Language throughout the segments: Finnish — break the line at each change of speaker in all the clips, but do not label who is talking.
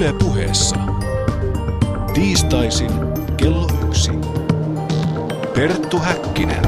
Yle Puheessa. Tiistaisin kello 1. Perttu Häkkinen.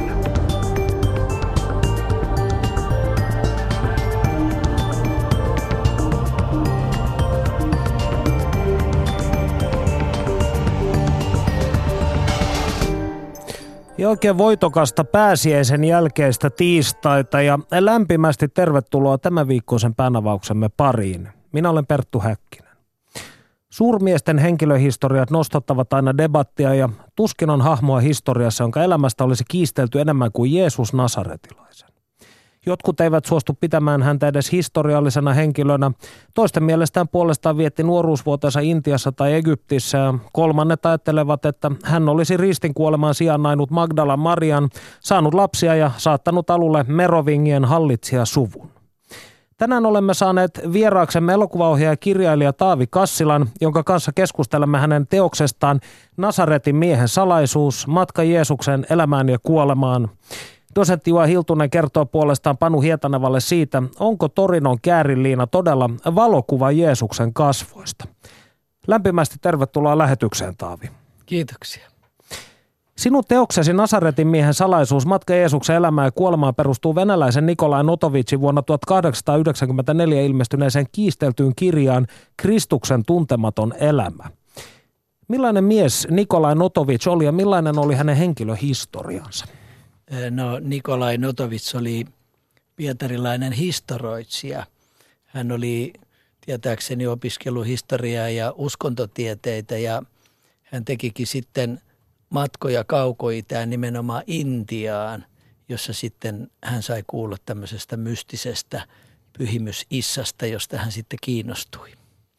Ja oikein voitokasta pääsiäisen jälkeistä tiistaita ja lämpimästi tervetuloa tämän viikkoisen päänavauksemme pariin. Minä olen Perttu Häkkinen. Suurmiesten henkilöhistoriat nostattavat aina debattia ja tuskin on hahmoa historiassa, jonka elämästä olisi kiistelty enemmän kuin Jeesus Nasaretilaisen. Jotkut eivät suostu pitämään häntä edes historiallisena henkilönä, toisten mielestään puolestaan vietti nuoruusvuotensa Intiassa tai Egyptissä ja kolmannet ajattelevat, että hän olisi ristinkuoleman sijannainnut Magdalan Marian, saanut lapsia ja saattanut alulle Merovingien hallitsijasuvun. Tänään olemme saaneet vieraaksemme elokuvaohjaaja ja kirjailija Taavi Kassilan, jonka kanssa keskustelemme hänen teoksestaan Nasaretin miehen salaisuus, matka Jeesuksen elämään ja kuolemaan. Dosentti Juha Hiltunen kertoo puolestaan Panu Hietanevalle siitä, onko Torinon käärinliina todella valokuva Jeesuksen kasvoista. Lämpimästi tervetuloa lähetykseen, Taavi.
Kiitoksia.
Sinun teoksesi Nasaretin miehen salaisuus, matka Jeesuksen elämään ja kuolemaan perustuu venäläisen Nikolai Notovitsin vuonna 1894 ilmestyneeseen kiisteltyyn kirjaan Kristuksen tuntematon elämä. Millainen mies Nikolai Notovits oli ja millainen oli hänen henkilöhistoriansa?
No, Nikolai Notovits oli pietarilainen historioitsija. Hän oli tietääkseni opiskellut historiaa ja uskontotieteitä ja hän tekikin sitten matkoja Kauko-Itään, nimenomaan Intiaan, jossa sitten hän sai kuulla tämmöisestä mystisestä pyhimysissasta, josta hän sitten kiinnostui.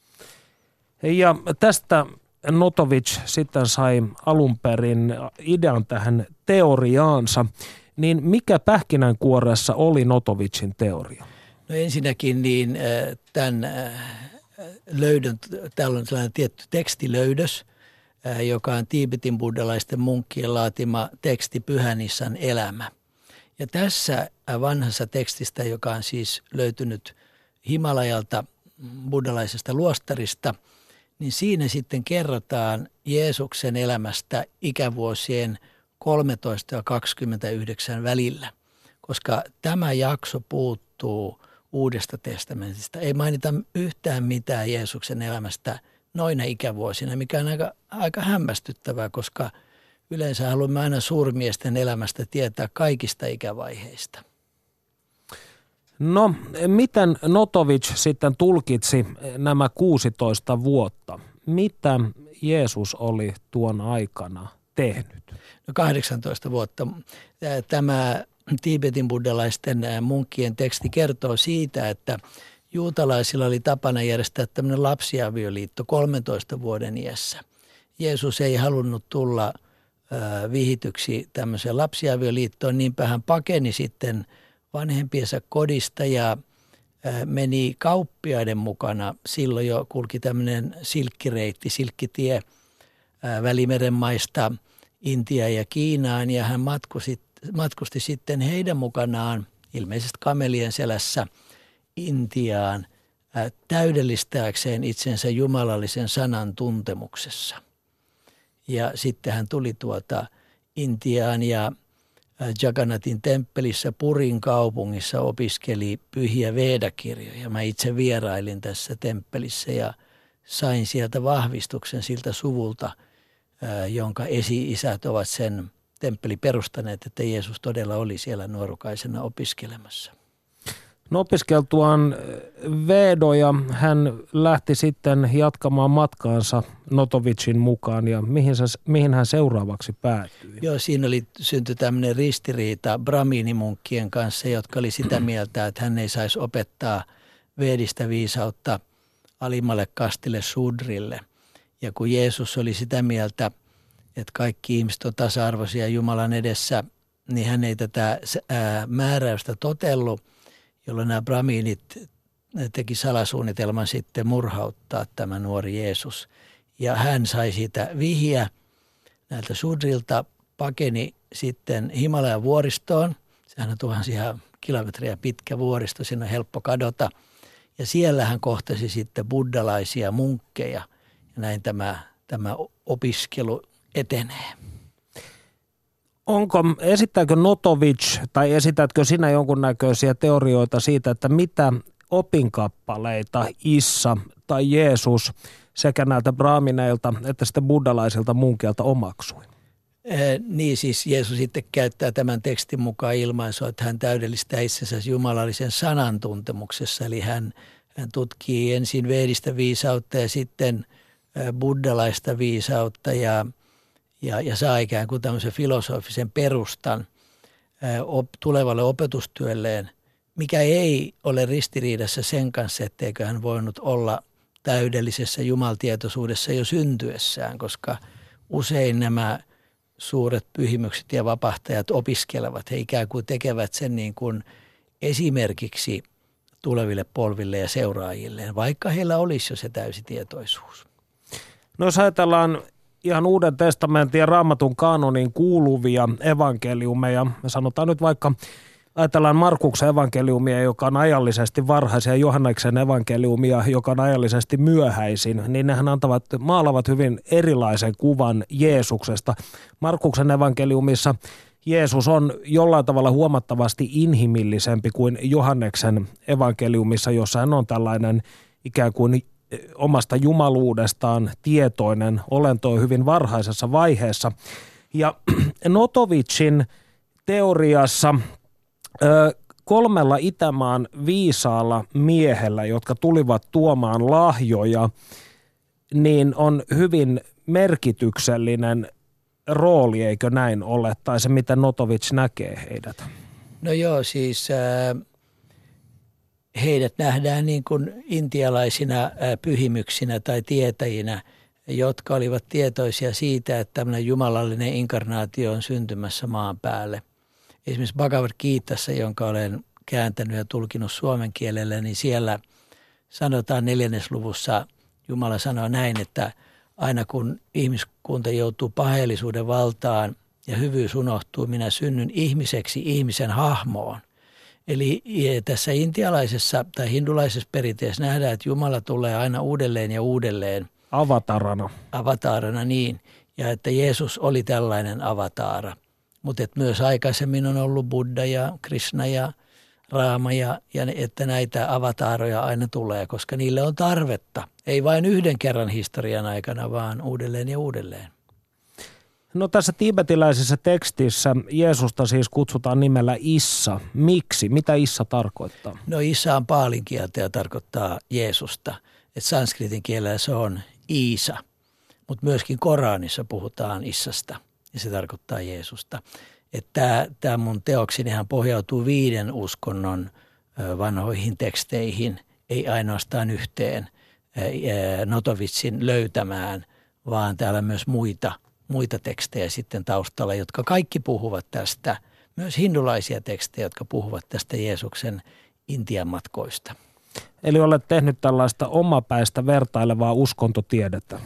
Ja tästä Notovits sitten sai alun perin idean tähän teoriaansa. Niin mikä pähkinänkuoressa oli Notovitsin teoria?
No ensinnäkin niin tämän löydön, täällä on sellainen tietty tekstilöydös, joka on Tiibetin buddhalaisten munkkien laatima teksti Pyhänissan elämä. Ja tässä vanhassa tekstistä, joka on siis löytynyt Himalajalta buddhalaisesta luostarista, niin siinä sitten kerrotaan Jeesuksen elämästä ikävuosien 13 ja 29 välillä, koska tämä jakso puuttuu Uudesta testamentista. Ei mainita yhtään mitään Jeesuksen elämästä noina ikävuosina, mikä on aika hämmästyttävää, koska yleensä haluamme aina suurmiesten elämästä tietää kaikista ikävaiheista.
No, miten Notovits sitten tulkitsi nämä 16 vuotta? Mitä Jeesus oli tuon aikana tehnyt?
No 18 vuotta. Tämä Tiibetin buddhalaisten munkkien teksti kertoo siitä, että juutalaisilla oli tapana järjestää tämmöinen lapsiavioliitto 13 vuoden iässä. Jeesus ei halunnut tulla vihityksi tämmöiseen lapsiavioliittoon, niinpä hän pakeni sitten vanhempiensa kodista ja meni kauppiaiden mukana. Silloin jo kulki tämmöinen silkkitie Välimeren maista Intiaan ja Kiinaan ja hän matkusti sitten heidän mukanaan ilmeisesti kamelien selässä Intiaan täydellistääkseen itsensä jumalallisen sanan tuntemuksessa. Ja sitten hän tuli Intiaan ja Jagannathin temppelissä Purin kaupungissa opiskeli pyhiä Veedakirjoja. Mä itse vierailin tässä temppelissä ja sain sieltä vahvistuksen siltä suvulta, jonka esi-isät ovat sen temppeli perustaneet, että Jeesus todella oli siellä nuorukaisena opiskelemassa.
No opiskeltuaan Vedoja hän lähti sitten jatkamaan matkaansa Notovitsin mukaan ja mihin hän seuraavaksi päätyi?
Joo, siinä syntyi tämmöinen ristiriita brahminimunkkien kanssa, jotka oli sitä mieltä, että hän ei saisi opettaa Vedistä viisautta alimmalle kastille Shudrille. Ja kun Jeesus oli sitä mieltä, että kaikki ihmiset on tasa-arvoisia Jumalan edessä, niin hän ei tätä määräystä totellut, jolloin nämä brahminit teki salasuunnitelman sitten murhauttaa tämä nuori Jeesus. Ja hän sai siitä vihjeä näiltä Shudrilta, pakeni sitten Himalajan vuoristoon. Sehän on tuhansia kilometriä pitkä vuoristo, siinä on helppo kadota. Ja siellä hän kohtasi sitten buddhalaisia munkkeja ja näin tämä opiskelu etenee.
Esittääkö Notovitch tai esitätkö sinä jonkunnäköisiä teorioita siitä, että mitä opinkappaleita Issa tai Jeesus sekä näiltä brahmineilta että sitten buddhalaisilta munkeilta omaksui?
Niin siis Jeesus sitten käyttää tämän tekstin mukaan ilmaisua, että hän täydellistää itsensä jumalallisen sanan tuntemuksessa. Eli hän tutkii ensin vedistä viisautta ja sitten buddhalaista viisautta ja saa ikään kuin tämmöisen filosofisen perustan tulevalle opetustyölleen, mikä ei ole ristiriidassa sen kanssa, etteikö hän voinut olla täydellisessä jumaltietoisuudessa jo syntyessään, koska usein nämä suuret pyhimykset ja vapahtajat opiskelevat. He ikään kuin tekevät sen niin kuin esimerkiksi tuleville polville ja seuraajilleen, vaikka heillä olisi jo se täysi tietoisuus.
No jos ajatellaan ihan Uuden testamentin ja Raamatun kaanonin kuuluvia evankeliumeja, me sanotaan nyt vaikka, ajatellaan Markuksen evankeliumia, joka on ajallisesti varhaisia, ja Johanneksen evankeliumia, joka on ajallisesti myöhäisin, niin nehän maalavat hyvin erilaisen kuvan Jeesuksesta. Markuksen evankeliumissa Jeesus on jollain tavalla huomattavasti inhimillisempi kuin Johanneksen evankeliumissa, jossa hän on tällainen ikään kuin omasta jumaluudestaan tietoinen olento hyvin varhaisessa vaiheessa. Ja Notovitchin teoriassa 3 Itämaan viisaalla miehellä, jotka tulivat tuomaan lahjoja, niin on hyvin merkityksellinen rooli, eikö näin ole, tai se miten Notovitch näkee heidät?
No joo, siis heidät nähdään niin kuin intialaisina pyhimyksinä tai tietäjinä, jotka olivat tietoisia siitä, että tämmöinen jumalallinen inkarnaatio on syntymässä maan päälle. Esimerkiksi Bhagavad Gitassa, jonka olen kääntänyt ja tulkinut suomen kielelle, niin siellä sanotaan 4. luvussa, Jumala sanoo näin, että aina kun ihmiskunta joutuu paheellisuuden valtaan ja hyvyys unohtuu, minä synnyn ihmiseksi ihmisen hahmoon. Eli tässä intialaisessa tai hindulaisessa perinteessä nähdään, että Jumala tulee aina uudelleen ja uudelleen. Avatarana, niin. Ja että Jeesus oli tällainen avataara. Mutta myös aikaisemmin on ollut Buddha ja Krishna ja Raama ja että näitä avataaroja aina tulee, koska niille on tarvetta. Ei vain yhden kerran historian aikana, vaan uudelleen ja uudelleen.
No tässä tiibetiläisessä tekstissä Jeesusta siis kutsutaan nimellä Issa. Miksi? Mitä Issa tarkoittaa?
No Issa on paalin kieltä ja tarkoittaa Jeesusta. Että sanskritin kielellä se on Iisa, mutta myöskin Koranissa puhutaan Issasta ja se tarkoittaa Jeesusta. Että tämä mun teoksinihan pohjautuu 5 uskonnon vanhoihin teksteihin, ei ainoastaan yhteen Notovitsin löytämään, vaan täällä myös muita tekstejä sitten taustalla, jotka kaikki puhuvat tästä, myös hindulaisia tekstejä, jotka puhuvat tästä Jeesuksen Intian matkoista.
Eli olet tehnyt tällaista omapäistä vertailevaa uskontotiedettä.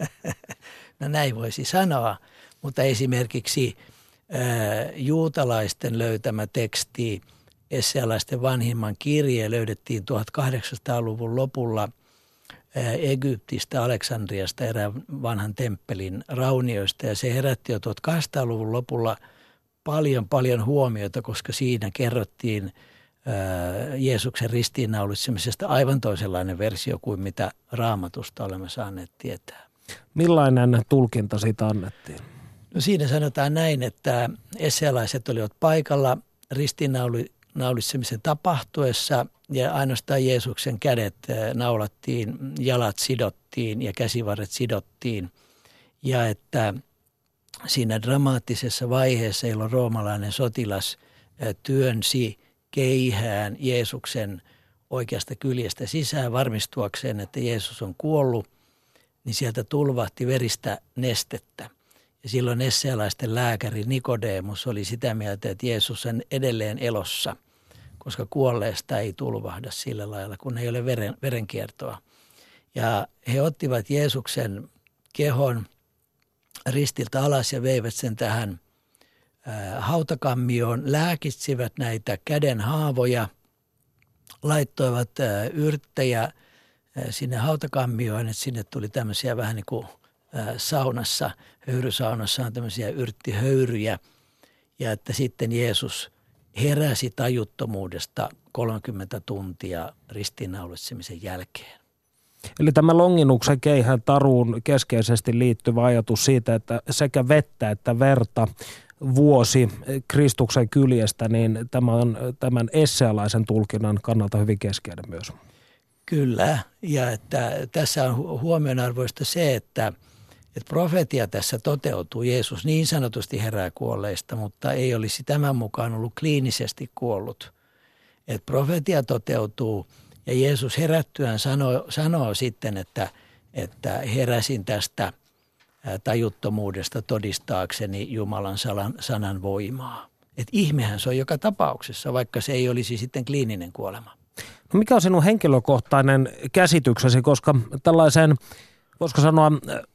No näin voisi sanoa, mutta esimerkiksi juutalaisten löytämä teksti, essealaisten vanhimman kirje löydettiin 1800-luvun lopulla Egyptistä, Aleksandriasta erään vanhan temppelin raunioista ja se herätti jo 1800-luvun lopulla paljon huomiota, koska siinä kerrottiin Jeesuksen ristiinnaulitsemisesta aivan toisenlainen versio kuin mitä Raamatusta olemme saaneet tietää.
Millainen tulkinta siitä annettiin?
No siinä sanotaan näin, että essealaiset olivat paikalla ristiinnaulitsemisen tapahtuessa ja ainoastaan Jeesuksen kädet naulattiin, jalat sidottiin ja käsivarret sidottiin. Ja että siinä dramaattisessa vaiheessa, jolloin roomalainen sotilas työnsi keihään Jeesuksen oikeasta kyljestä sisään varmistuakseen, että Jeesus on kuollut, niin sieltä tulvahti veristä nestettä. Ja silloin essealaisten lääkäri Nikodemus oli sitä mieltä, että Jeesus on edelleen elossa, koska kuolleesta ei tulvahda sillä lailla, kun ei ole verenkiertoa. Ja he ottivat Jeesuksen kehon ristiltä alas ja veivät sen tähän hautakammioon, lääkitsivät näitä käden haavoja laittoivat yrttejä sinne hautakammioon, että sinne tuli tämmöisiä vähän niin kuin saunassa, höyrysaunassa on tämmöisiä yrttihöyryjä ja että sitten Jeesus heräsi tajuttomuudesta 30 tuntia ristiinnaulitsemisen jälkeen.
Eli tämä Longinuksen keihään taruun keskeisesti liittyvä ajatus siitä, että sekä vettä että verta vuosi Kristuksen kyljestä, niin tämä on tämän essealaisen tulkinnan kannalta hyvin keskeinen myös.
Kyllä, ja että tässä on huomionarvoista se, että profetia tässä toteutuu. Jeesus niin sanotusti herää kuolleista, mutta ei olisi tämän mukaan ollut kliinisesti kuollut. Että profetia toteutuu ja Jeesus herättyään sanoo sitten, että heräsin tästä tajuttomuudesta todistaakseni Jumalan sanan voimaa. Että ihmehän se on joka tapauksessa, vaikka se ei olisi sitten kliininen kuolema.
No mikä on sinun henkilökohtainen käsityksesi, koska tällaiseen, voisiko sanoa,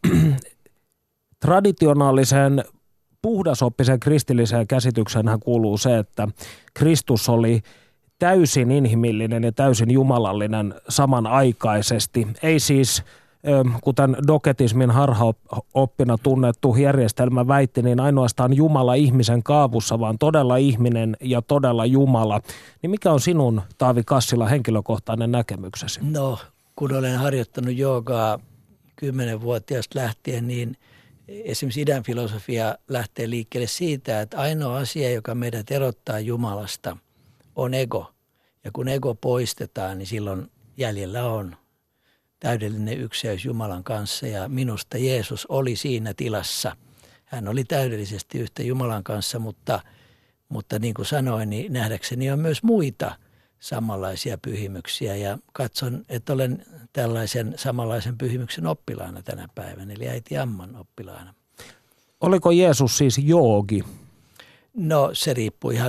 traditionaaliseen puhdasoppisen kristilliseen käsitykseenhän kuuluu se, että Kristus oli täysin inhimillinen ja täysin jumalallinen samanaikaisesti. Ei siis, kuten doketismin harhaoppina tunnettu järjestelmä väitti, niin ainoastaan Jumala ihmisen kaavussa, vaan todella ihminen ja todella Jumala. Niin mikä on sinun, Taavi Kassila, henkilökohtainen näkemyksesi?
No, kun olen harjoittanut joogaa 10-vuotiaasta lähtien, niin esimerkiksi idän filosofia lähtee liikkeelle siitä, että ainoa asia, joka meidät erottaa Jumalasta, on ego. Ja kun ego poistetaan, niin silloin jäljellä on täydellinen ykseys Jumalan kanssa. Ja minusta Jeesus oli siinä tilassa. Hän oli täydellisesti yhtä Jumalan kanssa, mutta niin kuin sanoin, niin nähdäkseni on myös muita samanlaisia pyhimyksiä. Ja katson, että olen tällaisen samanlaisen pyhimyksen oppilaana tänä päivänä, eli äiti Amman oppilaana.
Oliko Jeesus siis joogi?
No se riippuu ihan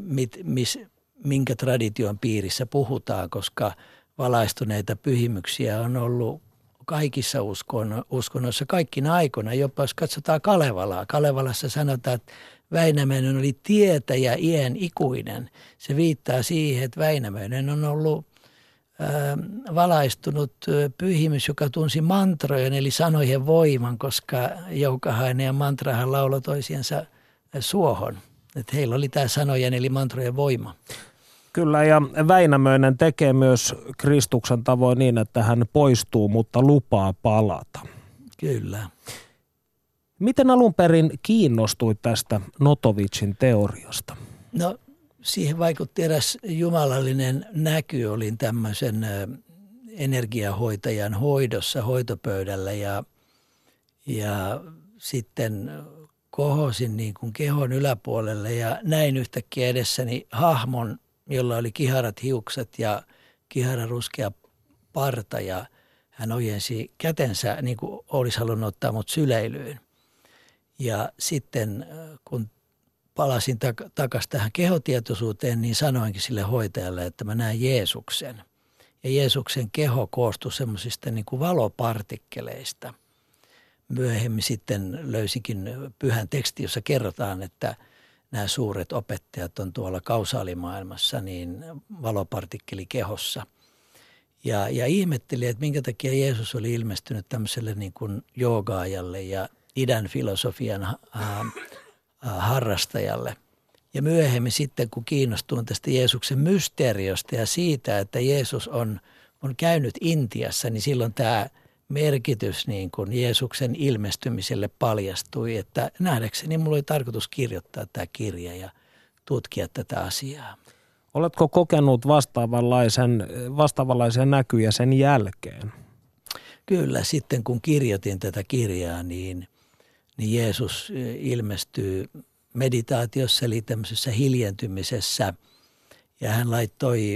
minkä tradition piirissä puhutaan, koska valaistuneita pyhimyksiä on ollut kaikissa uskonnoissa kaikkina aikoina. Jopa jos katsotaan Kalevalaa. Kalevalassa sanotaan, että Väinämöinen oli tietäjä iän ikuinen. Se viittaa siihen, että Väinämöinen on ollut valaistunut pyhimys, joka tunsi mantrojen eli sanojen voiman, koska Joukahainen ja Mantrahan lauloi toisiensa suohon. Että heillä oli tämä sanojen eli mantrojen voima.
Kyllä, ja Väinämöinen tekee myös Kristuksen tavoin niin, että hän poistuu, mutta lupaa palata.
Kyllä.
Miten alun perin kiinnostuit tästä Notovitsin teoriasta? No
siihen vaikutti eräs jumalallinen näky. Olin tämmöisen energiahoitajan hoidossa hoitopöydällä ja sitten kohosin niin kuin kehon yläpuolelle ja näin yhtäkkiä edessäni hahmon, jolla oli kiharat hiukset ja kihararuskea parta ja hän ojensi kätensä niin kuin olisi halunnut ottaa mut syleilyyn. Ja sitten kun palasin takaisin tähän kehotietoisuuteen, niin sanoinkin sille hoitajalle, että mä näen Jeesuksen. Ja Jeesuksen keho koostui semmoisista niin kuin valopartikkeleista. Myöhemmin sitten löysinkin pyhän teksti, jossa kerrotaan, että nämä suuret opettajat on tuolla kausaalimaailmassa niin valopartikkelikehossa. Ja ihmettelin, että minkä takia Jeesus oli ilmestynyt tämmöiselle niin kuin joogaajalle ja idän filosofian harrastajalle. Ja myöhemmin sitten, kun kiinnostuin tästä Jeesuksen mysteeriosta ja siitä, että Jeesus on käynyt Intiassa, niin silloin tämä merkitys niin kuin Jeesuksen ilmestymiselle paljastui, että nähdäkseni mulla oli tarkoitus kirjoittaa tämä kirja ja tutkia tätä asiaa.
Oletko kokenut vastaavanlaisia näkyjä sen jälkeen?
Kyllä, sitten kun kirjoitin tätä kirjaa, niin Jeesus ilmestyy meditaatiossa, eli tämmöisessä hiljentymisessä, ja hän laittoi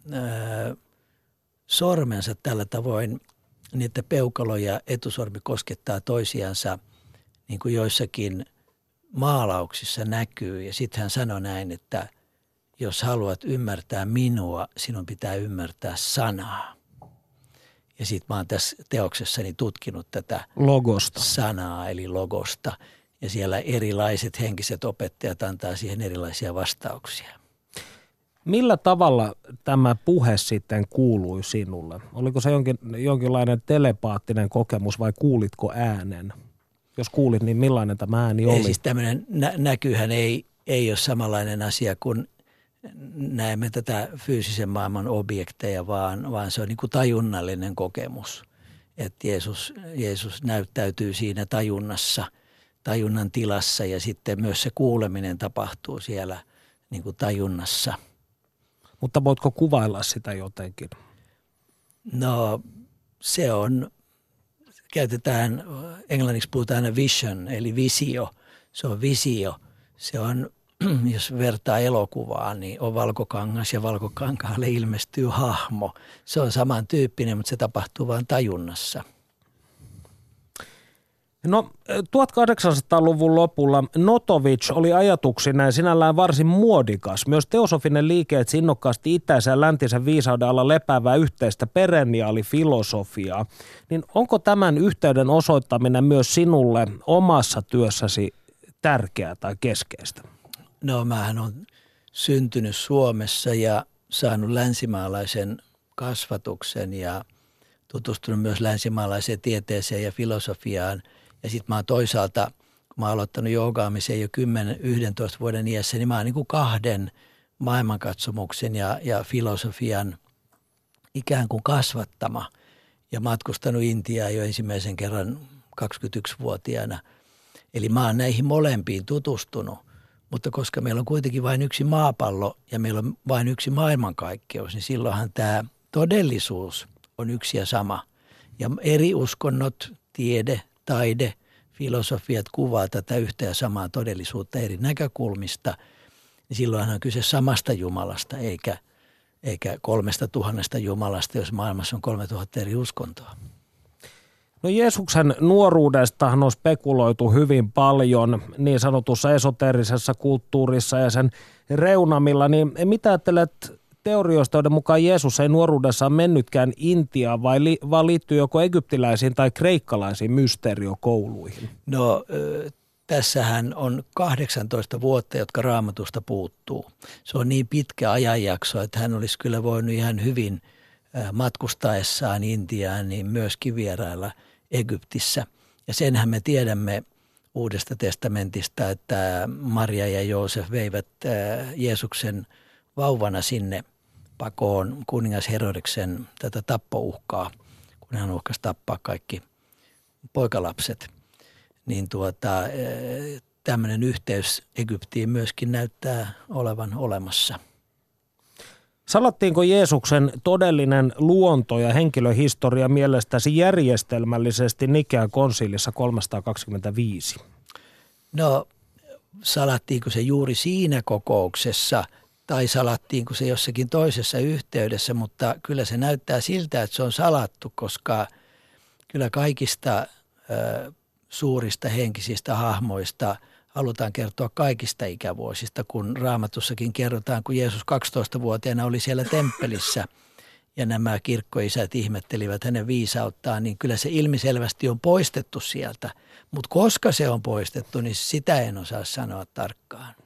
sormensa tällä tavoin, niin että peukalo ja etusormi koskettaa toisiansa, niin kuin joissakin maalauksissa näkyy. Ja sitten hän sanoi näin, että jos haluat ymmärtää minua, sinun pitää ymmärtää sanaa. Ja sitten mä oon tässä teoksessani tutkinut tätä
logosta.
Sanaa, eli logosta. Ja siellä erilaiset henkiset opettajat antaa siihen erilaisia vastauksia.
Millä tavalla tämä puhe sitten kuului sinulle? Oliko se jonkinlainen telepaattinen kokemus vai kuulitko äänen? Jos kuulit, niin millainen tämä ääni oli?
Ei, siis tämmöinen näkyhän ei ole samanlainen asia kuin näemme tätä fyysisen maailman objekteja, vaan se on niin kuin tajunnallinen kokemus. Että Jeesus näyttäytyy siinä tajunnan tilassa ja sitten myös se kuuleminen tapahtuu siellä niin kuin tajunnassa.
Mutta voitko kuvailla sitä jotenkin?
No se on, käytetään, englanniksi puhutaan vision eli visio. Se on visio. Se on, jos vertaa elokuvaan, niin on valkokangas ja valkokankaalle ilmestyy hahmo. Se on samantyyppinen, mutta se tapahtuu vain tajunnassa.
No 1800-luvun lopulla Notovich oli ajatuksineen sinällään varsin muodikas. Myös teosofinen liike etsi innokkaasti itäisen ja läntisen viisauden alla lepäävää yhteistä perenniaalifilosofiaa. Niin onko tämän yhteyden osoittaminen myös sinulle omassa työssäsi tärkeää tai keskeistä?
No mähän olen syntynyt Suomessa ja saanut länsimaalaisen kasvatuksen ja tutustunut myös länsimaalaiseen tieteeseen ja filosofiaan. Ja sitten mä oon toisaalta, kun mä oon aloittanut joogaamisen jo 10-11 vuoden iässä, niin mä oon niin kuin kahden maailmankatsomuksen ja filosofian ikään kuin kasvattama. Ja matkustanut Intiaan jo ensimmäisen kerran 21-vuotiaana. Eli mä oon näihin molempiin tutustunut. Mutta koska meillä on kuitenkin vain yksi maapallo ja meillä on vain yksi maailmankaikkeus, niin silloinhan tämä todellisuus on yksi ja sama. Ja eri uskonnot, tiede, taide, filosofiat kuvaa tätä yhtä ja samaa todellisuutta eri näkökulmista. Niin silloinhan on kyse samasta Jumalasta eikä 3000 Jumalasta, jos maailmassa on 3000 eri uskontoa.
No Jeesuksen nuoruudestahan on spekuloitu hyvin paljon niin sanotussa esoteerisessa kulttuurissa ja sen reunamilla. Niin mitä ajattelet teorioista, joiden mukaan Jeesus ei nuoruudessaan mennytkään Intiaan, vaan liittyy joko egyptiläisiin tai kreikkalaisiin mysteeriokouluihin?
No tässähän on 18 vuotta, jotka Raamatusta puuttuu. Se on niin pitkä ajanjakso, että hän olisi kyllä voinut ihan hyvin matkustaessaan Intiaan niin myöskin vierailla Egyptissä. Ja senhän me tiedämme Uudesta testamentista, että Maria ja Joosef veivät Jeesuksen vauvana sinne pakoon kuningas Herodeksen tätä tappouhkaa, kun hän uhkasi tappaa kaikki poikalapset. Niin tämmöinen yhteys Egyptiin myöskin näyttää olevan olemassa.
Salattiinko Jeesuksen todellinen luonto ja henkilöhistoria mielestäsi järjestelmällisesti Nikean konsiilissa 325?
No, salattiinko se juuri siinä kokouksessa tai salattiinko se jossakin toisessa yhteydessä, mutta kyllä se näyttää siltä, että se on salattu, koska kyllä kaikista suurista henkisistä hahmoista halutaan kertoa kaikista ikävuosista, kun Raamatussakin kerrotaan, kun Jeesus 12-vuotiaana oli siellä temppelissä ja nämä kirkkoisät ihmettelivät hänen viisauttaan, niin kyllä se ilmiselvästi on poistettu sieltä. Mutta koska se on poistettu, niin sitä en osaa sanoa tarkkaan.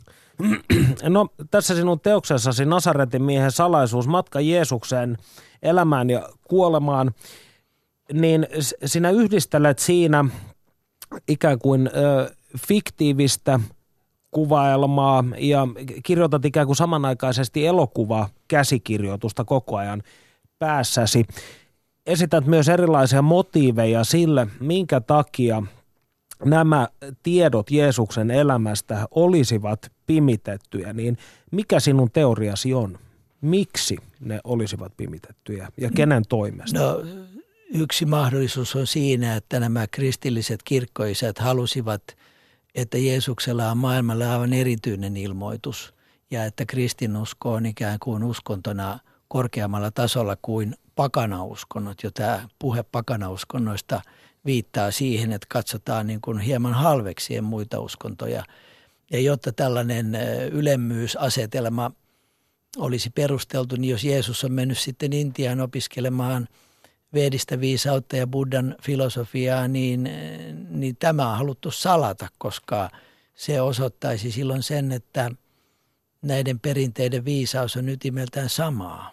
No tässä sinun teoksessasi Nasaretin miehen salaisuus, matka Jeesuksen elämään ja kuolemaan, niin sinä yhdistelet siinä ikään kuin fiktiivistä kuvailmaa ja kirjoitat ikään kuin samanaikaisesti elokuvakäsikirjoitusta koko ajan päässäsi. Esität myös erilaisia motiiveja sille, minkä takia nämä tiedot Jeesuksen elämästä olisivat pimitettyjä, niin mikä sinun teoriasi on? Miksi ne olisivat pimitettyjä ja kenen toimesta?
No, yksi mahdollisuus on siinä, että nämä kristilliset kirkkoisät halusivat, että Jeesuksella on maailmalle aivan erityinen ilmoitus ja että kristinusko on ikään kuin uskontona korkeammalla tasolla kuin pakanauskonnot. Jo tämä puhe pakanauskonnoista viittaa siihen, että katsotaan niin kuin hieman halveksien muita uskontoja. Ja jotta tällainen ylemmyysasetelma olisi perusteltu, niin jos Jeesus on mennyt sitten Intiaan opiskelemaan vedistä viisautta ja Buddhan filosofiaa, niin tämä on haluttu salata, koska se osoittaisi silloin sen, että näiden perinteiden viisaus on ytimeltään samaa.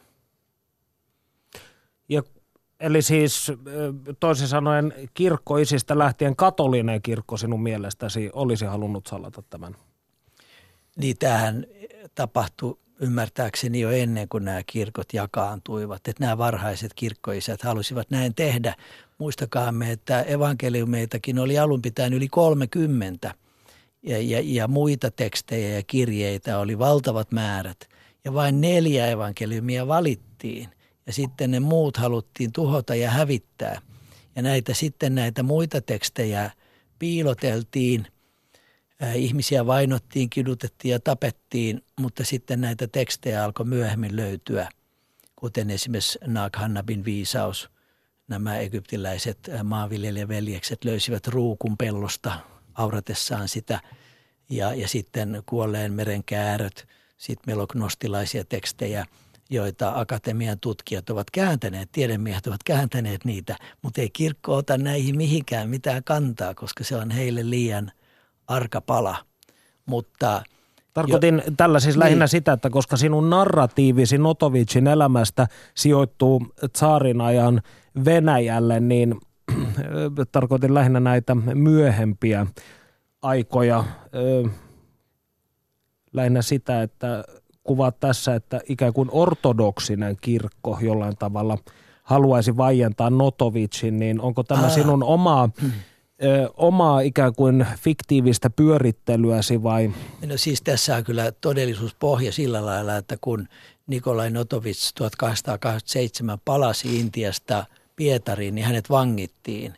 Ja, eli siis toisin sanoen kirkkoisistä lähtien katolinen kirkko sinun mielestäsi olisi halunnut salata tämän?
Niin tämähän tapahtui ymmärtääkseni jo ennen kuin nämä kirkot jakaantuivat. Että nämä varhaiset kirkkoisät halusivat näin tehdä. Muistakaamme, että evankeliumeitakin oli alun pitäen yli 30 ja muita tekstejä ja kirjeitä oli valtavat määrät. Ja vain 4 evankeliumia valittiin ja sitten ne muut haluttiin tuhota ja hävittää. Ja näitä muita tekstejä piiloteltiin. Ihmisiä vainottiin, kidutettiin ja tapettiin, mutta sitten näitä tekstejä alkoi myöhemmin löytyä, kuten esimerkiksi Nag-Hannabin viisaus. Nämä egyptiläiset maanviljelijäveljekset löysivät ruukun pellosta auratessaan sitä ja sitten kuolleen meren kääröt. Sitten meillä on gnostilaisia tekstejä, joita akatemian tutkijat ovat kääntäneet, tiedemiehet ovat kääntäneet niitä, mutta ei kirkko ota näihin mihinkään mitään kantaa, koska se on heille liian arka pala, mutta...
Tarkoitin tällä siis lähinnä sitä, että koska sinun narratiivisi Notovitsin elämästä sijoittuu tsaarin ajan Venäjälle, niin tarkoitin lähinnä näitä myöhempiä aikoja. Lähinnä sitä, että kuvaat tässä, että ikään kuin ortodoksinen kirkko jollain tavalla haluaisi vaientaa Notovitsin, niin onko tämä sinun omaa ikään kuin fiktiivistä pyörittelyäsi vai?
No siis tässä on kyllä todellisuuspohja sillä lailla, että kun Nikolai Notovits 1887 palasi Intiasta Pietariin, niin hänet vangittiin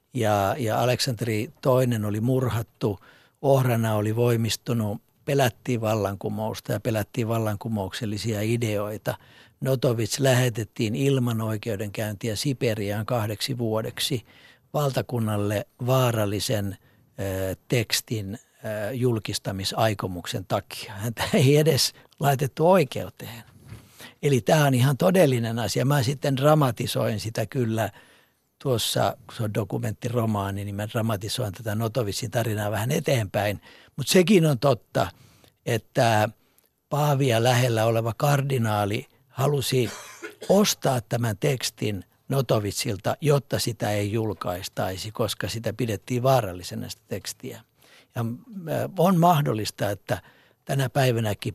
ja Aleksanteri II oli murhattu, Ohrana oli voimistunut, pelättiin vallankumousta ja pelättiin vallankumouksellisia ideoita. Notovits lähetettiin ilman oikeudenkäyntiä Siperiaan 2 vuodeksi valtakunnalle vaarallisen tekstin julkistamisaikomuksen takia. Häntä ei edes laitettu oikeuteen. Eli tämä on ihan todellinen asia. Mä sitten dramatisoin sitä kyllä tuossa, kun se on dokumenttiromaani, niin mä dramatisoin tätä Notovitsin tarinaa vähän eteenpäin. Mutta sekin on totta, että paavia lähellä oleva kardinaali halusi ostaa tämän tekstin Notovitsilta, jotta sitä ei julkaistaisi, koska sitä pidettiin vaarallisena sitä tekstiä. Ja on mahdollista, että tänä päivänäkin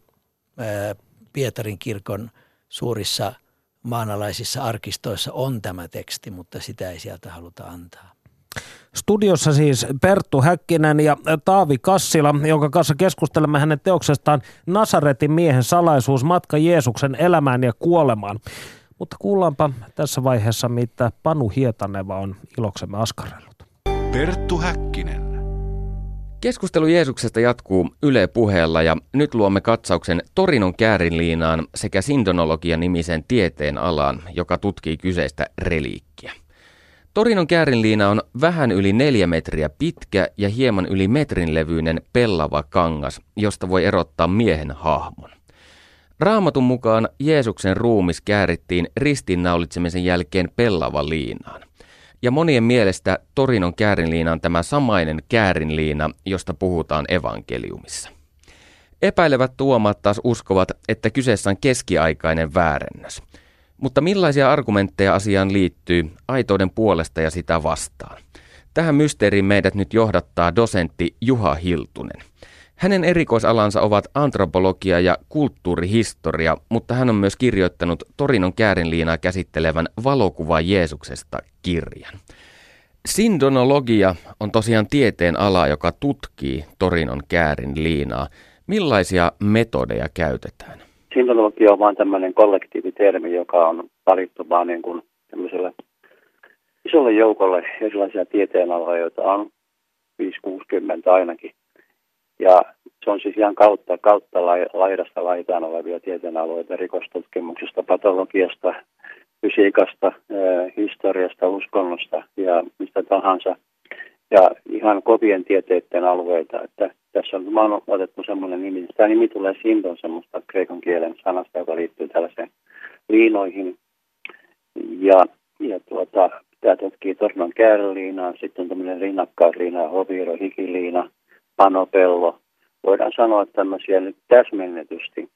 Pietarin kirkon suurissa maanalaisissa arkistoissa on tämä teksti, mutta sitä ei sieltä haluta antaa.
Studiossa siis Perttu Häkkinen ja Taavi Kassila, jonka kanssa keskustelemme hänen teoksestaan Nasaretin miehen salaisuus, matka Jeesuksen elämään ja kuolemaan. Mutta kuullaanpa tässä vaiheessa, mitä Panu Hietaneva on iloksemme askarrellut.
Perttu Häkkinen.
Keskustelu Jeesuksesta jatkuu Yle Puheella ja nyt luomme katsauksen Torinon käärinliinaan sekä sindonologia-nimisen tieteen alaan, joka tutkii kyseistä reliikkiä. Torinon käärinliina on vähän yli 4 metriä pitkä ja hieman yli metrin levyinen pellava kangas, josta voi erottaa miehen hahmon. Raamatun mukaan Jeesuksen ruumis käärittiin ristiinnaulitsemisen jälkeen pellava liinaan. Ja monien mielestä Torinon käärinliina on tämä samainen käärinliina, josta puhutaan evankeliumissa. Epäilevät tuomaat taas uskovat, että kyseessä on keskiaikainen väärennös. Mutta millaisia argumentteja asiaan liittyy aitouden puolesta ja sitä vastaan? Tähän mysteeriin meidät nyt johdattaa dosentti Juha Hiltunen. Hänen erikoisalansa ovat antropologia ja kulttuurihistoria, mutta hän on myös kirjoittanut Torinon käärinliinaa käsittelevän Valokuva Jeesuksesta -kirjan. Sindonologia on tosiaan tieteen ala, joka tutkii Torinon käärinliinaa. Millaisia metodeja käytetään?
Sindonologia on vain tämmöinen kollektiivitermi, joka on valittu vaan niin kuin tämmöiselle isolle joukolle erilaisia tieteenaloja, joita on 5-60 ainakin. Ja se on siis ihan kautta laidasta laitaan olevia tieteenaloita rikostutkimuksesta, patologiasta, fysiikasta, historiasta, uskonnosta ja mistä tahansa. Ja ihan kovien tieteiden alueita. Että tässä on otettu semmoinen nimi. Tämä nimi tulee sindon semmoista kreikan kielen sanasta, joka liittyy tällaiseen liinoihin. Ja tämä tutkii Torinon käärinliinaa, sitten on tämmöinen rinnakkaisliina, hoviro, hikiliina, panopello. Voidaan sanoa tämmöisiä nyt täsmennetysti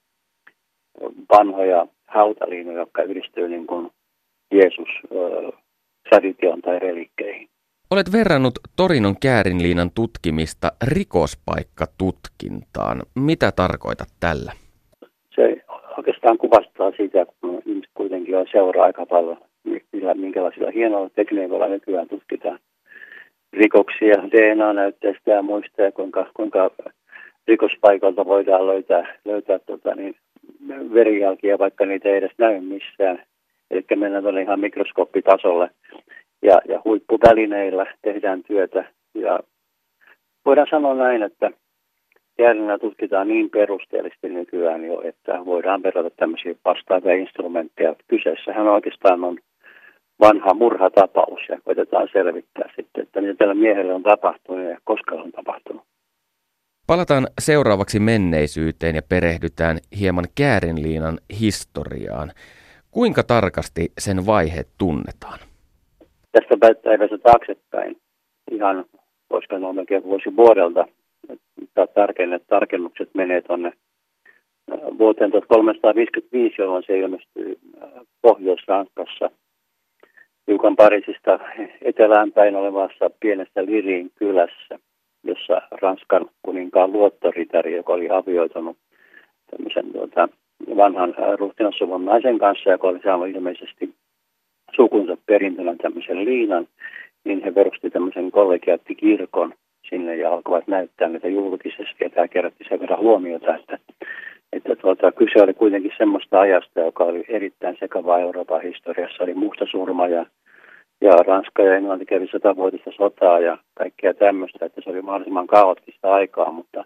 vanhoja hautaliinoja, jotka yhdistyy niin kuin Jeesus-traditioon tai reliikkeihin.
Olet verrannut Torinon käärinliinan tutkimista rikospaikkatutkintaan. Mitä tarkoitat tällä?
Se oikeastaan kuvastaa sitä, kun ihmiset kuitenkin seuraa aika paljon, minkälaisilla hienoilla tekniikoilla nykyään tutkitaan rikoksia, DNA-näytteistä ja muista, ja kuinka rikospaikalta voidaan löytää verijälkiä, vaikka niitä ei edes näy missään. Eli mennään tuonne ihan mikroskooppitasolle ja huippuvälineillä tehdään työtä. Ja voidaan sanoa näin, että käärinnällä tutkitaan niin perusteellisesti nykyään jo, että voidaan verrata tämmöisiä vastaavia instrumentteja. Kyseessähän oikeastaan on vanha murhatapaus ja koitetaan selvittää sitten, että mitä tällä miehellä on tapahtunut ja koska on tapahtunut.
Palataan seuraavaksi menneisyyteen ja perehdytään hieman käärinliinan historiaan. Kuinka tarkasti sen vaiheet tunnetaan?
Tästä päivästä taaksepäin ihan, koska on melkein vuosi vuodelta, tarkennukset menee tuonne vuoteen 1355, jolloin se ilmestyy Pohjois-Ranskassa hiukan Pariisista etelään päin olevassa pienessä Lirin kylässä, jossa Ranskan kuninkaan luottoritari, joka oli avioitunut tämmöisen vanhan ruhtinassuvun naisen kanssa, joka oli saanut ilmeisesti sukunsa perintönä tämmöisen liinan, niin he perusti tämmöisen kollegiaattikirkon sinne ja alkoivat näyttää niitä julkisesti. Ja tämä kerätti sen verran huomiota, että kyse oli kuitenkin semmoista ajasta, joka oli erittäin sekavaa Euroopan historiassa. Oli mustasurma ja Ranska ja Englanti kävi 100-vuotista sotaa ja kaikkea tämmöistä, että se oli mahdollisimman kaoottista aikaa, mutta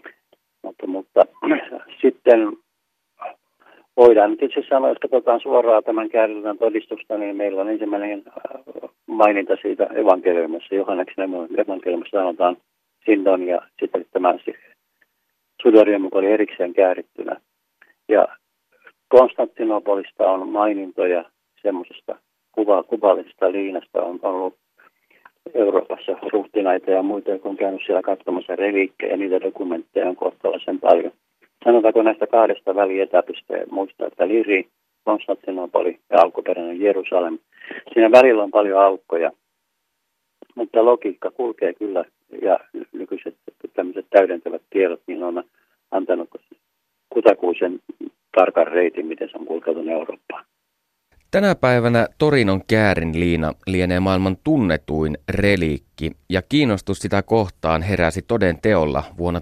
sitten voidaan nyt itse sanoa, jos katsotaan suoraan tämän käärinliinan todistusta, niin meillä on ensimmäinen maininta siitä evankeliumissa. Johanneksen evankeliumissa sanotaan Sindon ja sitten tämä Sudorium, joka oli erikseen käärittynä. Ja Konstantinopolista on mainintoja semmoisesta kuvallisesta liinasta. On ollut Euroopassa ruhtinaita ja muita, jotka on käynyt siellä katsomassa reliikkejä ja niitä dokumentteja on kohtalaisen paljon. Sanotaanko näistä kahdesta välietäpistä muistaa, että Liri, Konstantinopoli ja alkuperäinen Jerusalem. Siinä välillä on paljon aukkoja, mutta logiikka kulkee kyllä ja nykyiset tämmöiset täydentävät tiedot niin on antanut kutakuisen tarkan reitin, miten se on kulkeutunut Eurooppaan.
Tänä päivänä Torinon käärinliina lienee maailman tunnetuin reliikki ja kiinnostus sitä kohtaan heräsi toden teolla vuonna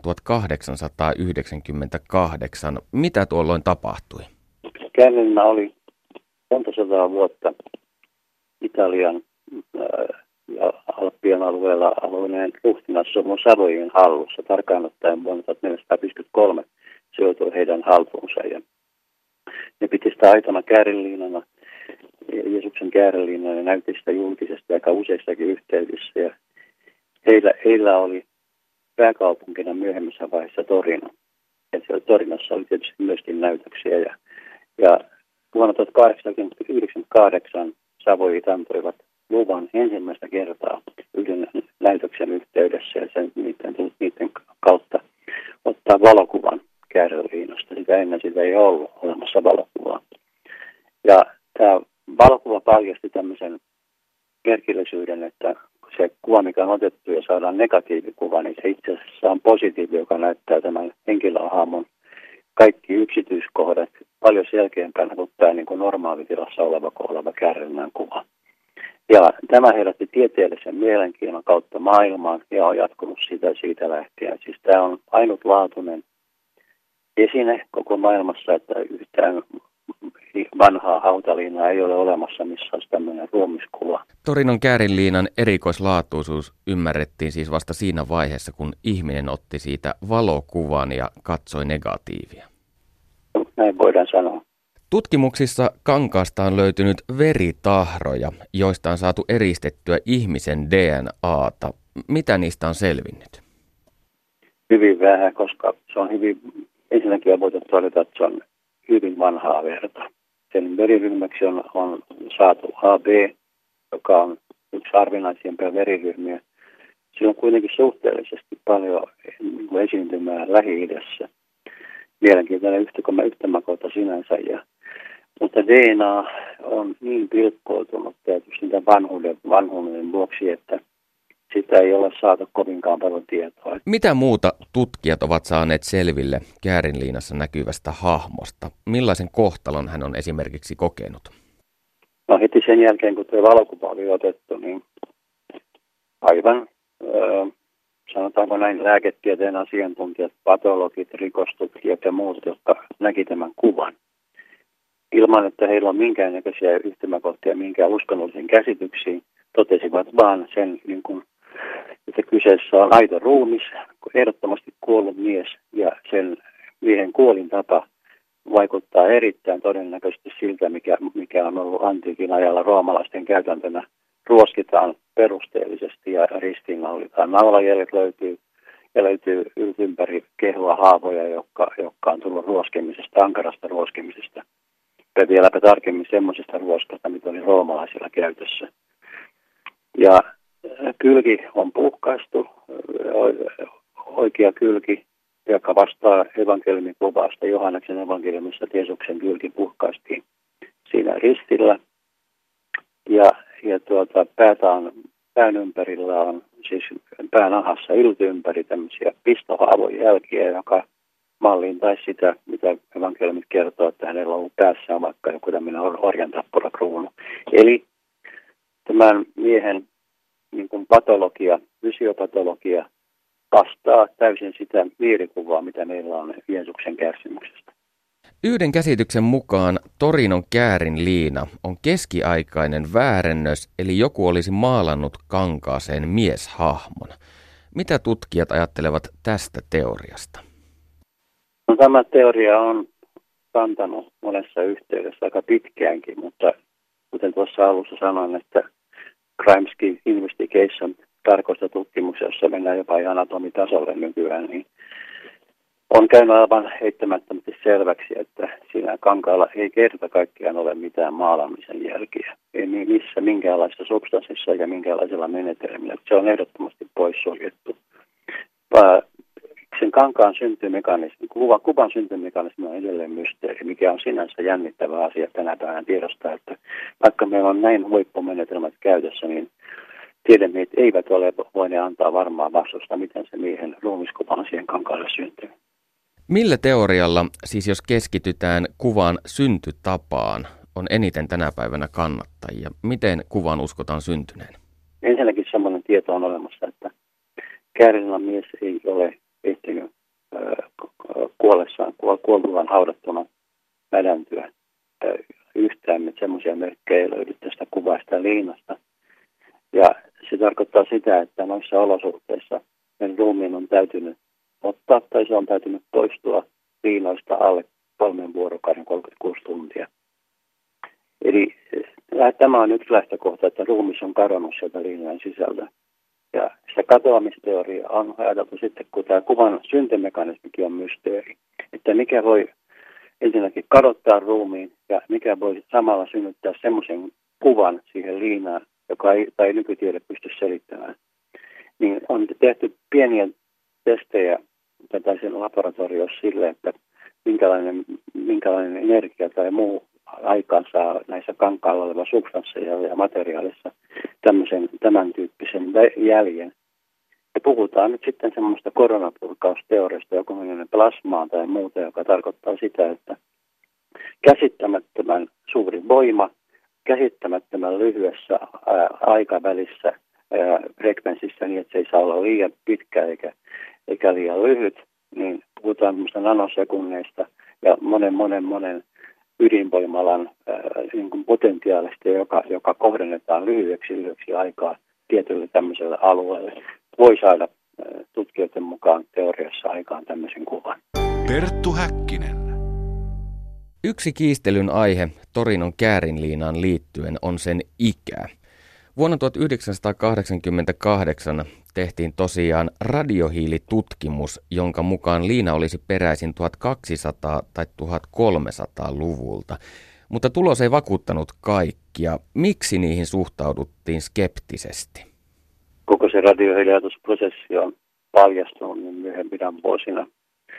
1898. Mitä tuolloin tapahtui?
Käärinliina oli monta sataa vuotta Italian ja Alppien alueella alueen ruhtinassuvun Savoyen hallussa. Tarkkaan ottaen vuonna 1453 se joutui heidän haltuunsa ja ne piti sitä aitona käärinliinana. Jeesuksen käärinliinaa ja näytti sitä julkisesti aika useissakin yhteydissä. Ja heillä oli pääkaupunkina myöhemmässä vaiheessa Torino. Ja siellä Torinossa oli tietysti myöskin näytöksiä. Ja vuonna 1898 Savoyit antoivat luvan ensimmäistä kertaa yhden näytöksen yhteydessä ja niiden kautta ottaa valokuvan käärinliinasta. Sitä ei ollut olemassa valokuvaa. Ja tämä valokuva paljasti tämmöisen merkillisyyden, että se kuva, mikä on otettu ja saadaan negatiivikuva, niin se itse asiassa on positiivi, joka näyttää tämän henkilöhahmon kaikki yksityiskohdat paljon selkeämpänä kuin tämä niin kuin normaalitilassa oleva käärinliinan kuva. Ja tämä herätti tieteellisen mielenkiinnon kautta maailmaan ja on jatkunut siitä lähtien. Siis tämä on ainutlaatuinen esine koko maailmassa, että yhtään vanhaa hautaliinaa ei ole olemassa, missä olisi tämmöinen ruumiskuva.
Torinon käärinliinan erikoislaatuisuus ymmärrettiin siis vasta siinä vaiheessa, kun ihminen otti siitä valokuvan ja katsoi negatiivia.
Näin voidaan sanoa.
Tutkimuksissa kankaasta on löytynyt veritahroja, joista on saatu eristettyä ihmisen DNAta. Mitä niistä on selvinnyt?
Hyvin vähän, koska se on ensinnäkin on voitu todeta, että se on hyvin vanhaa verta. Sen veriryhmäksi on saatu AB, joka on yksi harvinaisimpia veriryhmiä. Sillä on kuitenkin suhteellisesti paljon esiintymää Lähi-idässä. mielenkiintoinen yhtymäkohta sinänsä. Mutta DNA on niin pilkkoutunut tietysti vanhuuden vuoksi, että sitä ei ole saatu kovinkaan paljon tietoa.
Mitä muuta tutkijat ovat saaneet selville Käärinliinassa näkyvästä hahmosta? Millaisen kohtalon hän on esimerkiksi kokenut?
No heti sen jälkeen, kun tuo valokuva oli otettu, niin aivan, sanotaanko näin, lääketieteen asiantuntijat, patologit, rikostutkijat ja muut, jotka näki tämän kuvan. Ilman, että heillä on minkäännäköisiä yhtymäkohtia, minkään uskonnollisiin käsityksiin, totesivat vaan sen, että kyseessä on aito ruumis, ehdottomasti kuollut mies, ja sen miehen kuolintapa vaikuttaa erittäin todennäköisesti siltä, mikä on ollut antiikin ajalla roomalaisten käytäntönä. Ruoskitaan perusteellisesti ja ristiinnaulitaan. Naulajäljet löytyy ympäri kehoa haavoja, jotka on tullut ruoskimisesta, ankarasta ruoskimisesta. Ja vieläpä tarkemmin semmoisesta ruoskasta, mitä oli roomalaisilla käytössä. Ja kylki on puhkaistu, oikea kylki, joka vastaa evankeliumin kuvasta. Johanneksen evankeliumissa Jeesuksen kylki puhkaistiin siinä ristillä. Ja pään ympärillä on, siis pään ahassa yltympäri tämmöisiä pistohaavojen jälkiä, joka malliin tai sitä, mitä evankeliumit kertoo, että hänellä on ollut päässään vaikka joku tämmöinen orjantappura-kruunu. Eli tämän miehen patologia, fysiopatologia vastaa täysin sitä mielikuvaa, mitä meillä on Jeesuksen kärsimyksestä.
Yhden käsityksen mukaan Torinon Käärinliina on keskiaikainen väärennös, eli joku olisi maalannut kankaaseen mieshahmon. Mitä tutkijat ajattelevat tästä teoriasta?
No, tämä teoria on kantanut monessa yhteydessä aika pitkäänkin, mutta kuten tuossa alussa sanoin, että Crime Investigation tarkoista tutkimuksessa, jossa mennään jopa anatomitasolle nykyään, niin on käynyt aivan heittämättömästi selväksi, että siinä kankaalla ei kerta kaikkiaan ole mitään maalaamisen jälkiä. Ei missä minkäänlaisessa substanssissa eikä minkäänlaisella menetelmillä. Se on ehdottomasti poissuljettu. Sen kankaan syntymekanismi, kuvan syntymekanismi on edelleen mysteeri, mikä on sinänsä jännittävä asia tänä päivänä tiedostaa, että vaikka meillä on näin huippumenetelmät käytössä, niin tiedemiehet eivät ole voineet antaa varmaa vastausta, miten se miehen ruumiskuva on siihen kankaalle syntyy.
Millä teorialla, siis jos keskitytään kuvan syntytapaan, on eniten tänä päivänä kannattajia? Miten kuvan uskotaan syntyneen?
Ensinnäkin sellainen tieto on olemassa, että Käärinliinan mies ei ole ehtinyt kuoltuaan haudattuna mädäntyä yhtään, että semmoisia merkkejä ei löydy tästä kuvasta liinasta. Ja se tarkoittaa sitä, että noissa olosuhteissa meidän ruumiin on täytynyt ottaa tai se on täytynyt poistua liinoista alle 3 vuorokauden 36 tuntia. Eli tämä on yksi lähtökohta, että ruumis on kadonnut sieltä liinojen sisältä. Ja se katoamisteoria on ajateltu sitten, kun tämä kuvan syntymekanismikin on mysteeri, että mikä voi ensinnäkin kadottaa ruumiin ja mikä voi samalla synnyttää semmoisen kuvan siihen liinaan, joka ei nykytiede pysty selittämään. Niin on tehty pieniä testejä sen laboratoriossa sille, että minkälainen energia tai muu aikaan saa näissä kankaalla oleva substansseja ja materiaalissa tämän tyyppisen jäljen. Ja puhutaan nyt sitten semmoista koronapurkausteoriasta, joku menee plasmaan tai muuta, joka tarkoittaa sitä, että käsittämättömän suuri voima, käsittämättömän lyhyessä aikavälissä frekvenssissä niin, että se ei saa olla liian pitkä eikä liian lyhyt, niin puhutaan nanosekunneista ja monen ydinvoimalan potentiaalista, joka kohdennetaan lyhyeksi aikaa tietylle tämmöiselle alueelle, voi saada tutkijoiden mukaan teoriassa aikaan tämmöisen kuvan.
Perttu Häkkinen.
Yksi kiistelyn aihe Torinon Käärinliinaan liittyen on sen ikä. Vuonna 1988 tehtiin tosiaan radiohiilitutkimus, jonka mukaan liina olisi peräisin 1200- tai 1300-luvulta. Mutta tulos ei vakuuttanut kaikkia. Miksi niihin suhtauduttiin skeptisesti?
Koko se radiohiiliajatusprosessi on paljastunut niin myöhempinä vuosina.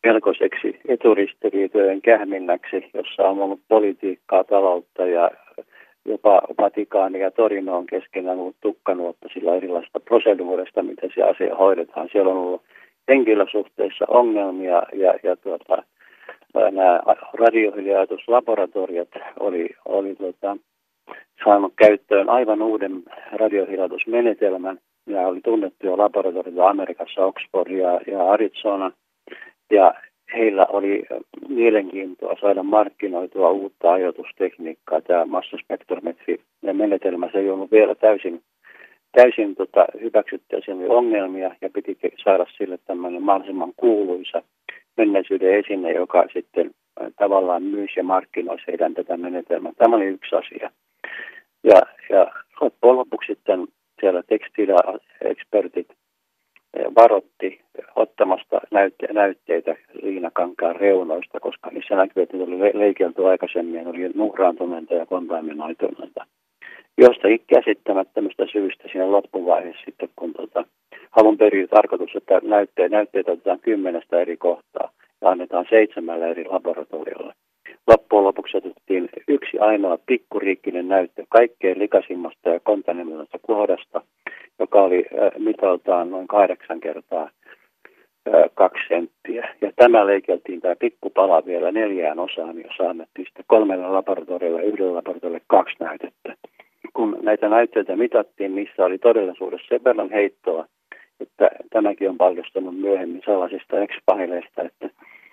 melkoiseksi eturistiriitojen kähminnäksi, jossa on ollut politiikkaa, taloutta ja jopa Vatikaani ja Torino on keskenään ollut tukkanuotta sillä erilaisista proseduurista, miten se asia hoidetaan. Siellä on ollut henkilösuhteissa ongelmia ja nämä radiohiljautuslaboratoriot oli saanut käyttöön aivan uuden radiohiljautusmenetelmän. Nämä oli tunnettuja laboratorioita Amerikassa, Oxford ja Arizona. Ja heillä oli mielenkiintoa saada markkinoitua uutta ajoitustekniikkaa. Tämä massaspektrometri-menetelmä, se ei ollut vielä täysin hyväksytty, ja siellä oli ongelmia ja piti saada sille tämmöinen mahdollisimman kuuluisa menneisyyden esine, joka sitten tavallaan myisi ja markkinoisi heidän tätä menetelmää. Tämä oli yksi asia. Ja loppujen lopuksi sitten siellä tekstiiliekspertit varotti ottamasta näytteitä liinakankaan reunoista, koska niissä näkyy, että oli leikelty aikaisemmin, oli nuhraantuneita ja kontaaminoituneita. Jostakin käsittämättömästä syystä siinä loppuvaiheessa sitten, kun alun perin tarkoitus, että näytteitä otetaan 10 eri kohtaa ja annetaan 7 eri laboratoriolle. Loppujen lopuksi otettiin yksi ainoa pikkuriikkinen näyttö kaikkein likaisimmasta ja kontaaminoidusta kohdasta, joka oli mitaltaan noin 8 kertaa 2 senttiä. Ja tämä leikeltiin tämä pikkupala vielä 4 osaan, jossa annettiin sitten 3 laboratoriolle ja 1 laboratoriolle 2 näytettä. Kun näitä näytteitä mitattiin, niissä oli todellisuudessa sen verran heittoa, että tämäkin on paljastunut myöhemmin sellaisista X-paneeleista, että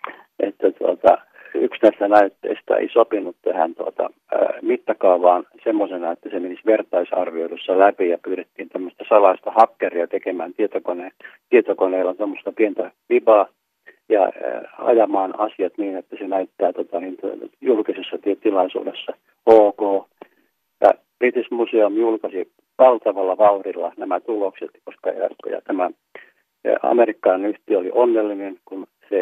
yksi näistä näytteistä ei sopinut tähän mittakaavaan semmoisena, että se menisi vertaisarvioidussa läpi ja pyydettiin tämmöistä salaista hakkeria tekemään tietokoneella semmoista pientä vibaa ja ajamaan asiat niin, että se näyttää julkisessa tilaisuudessa ok. Ja British Museum julkaisi valtavalla vauhdilla nämä tulokset, koska tämä amerikkalainen yhtiö oli onnellinen, kun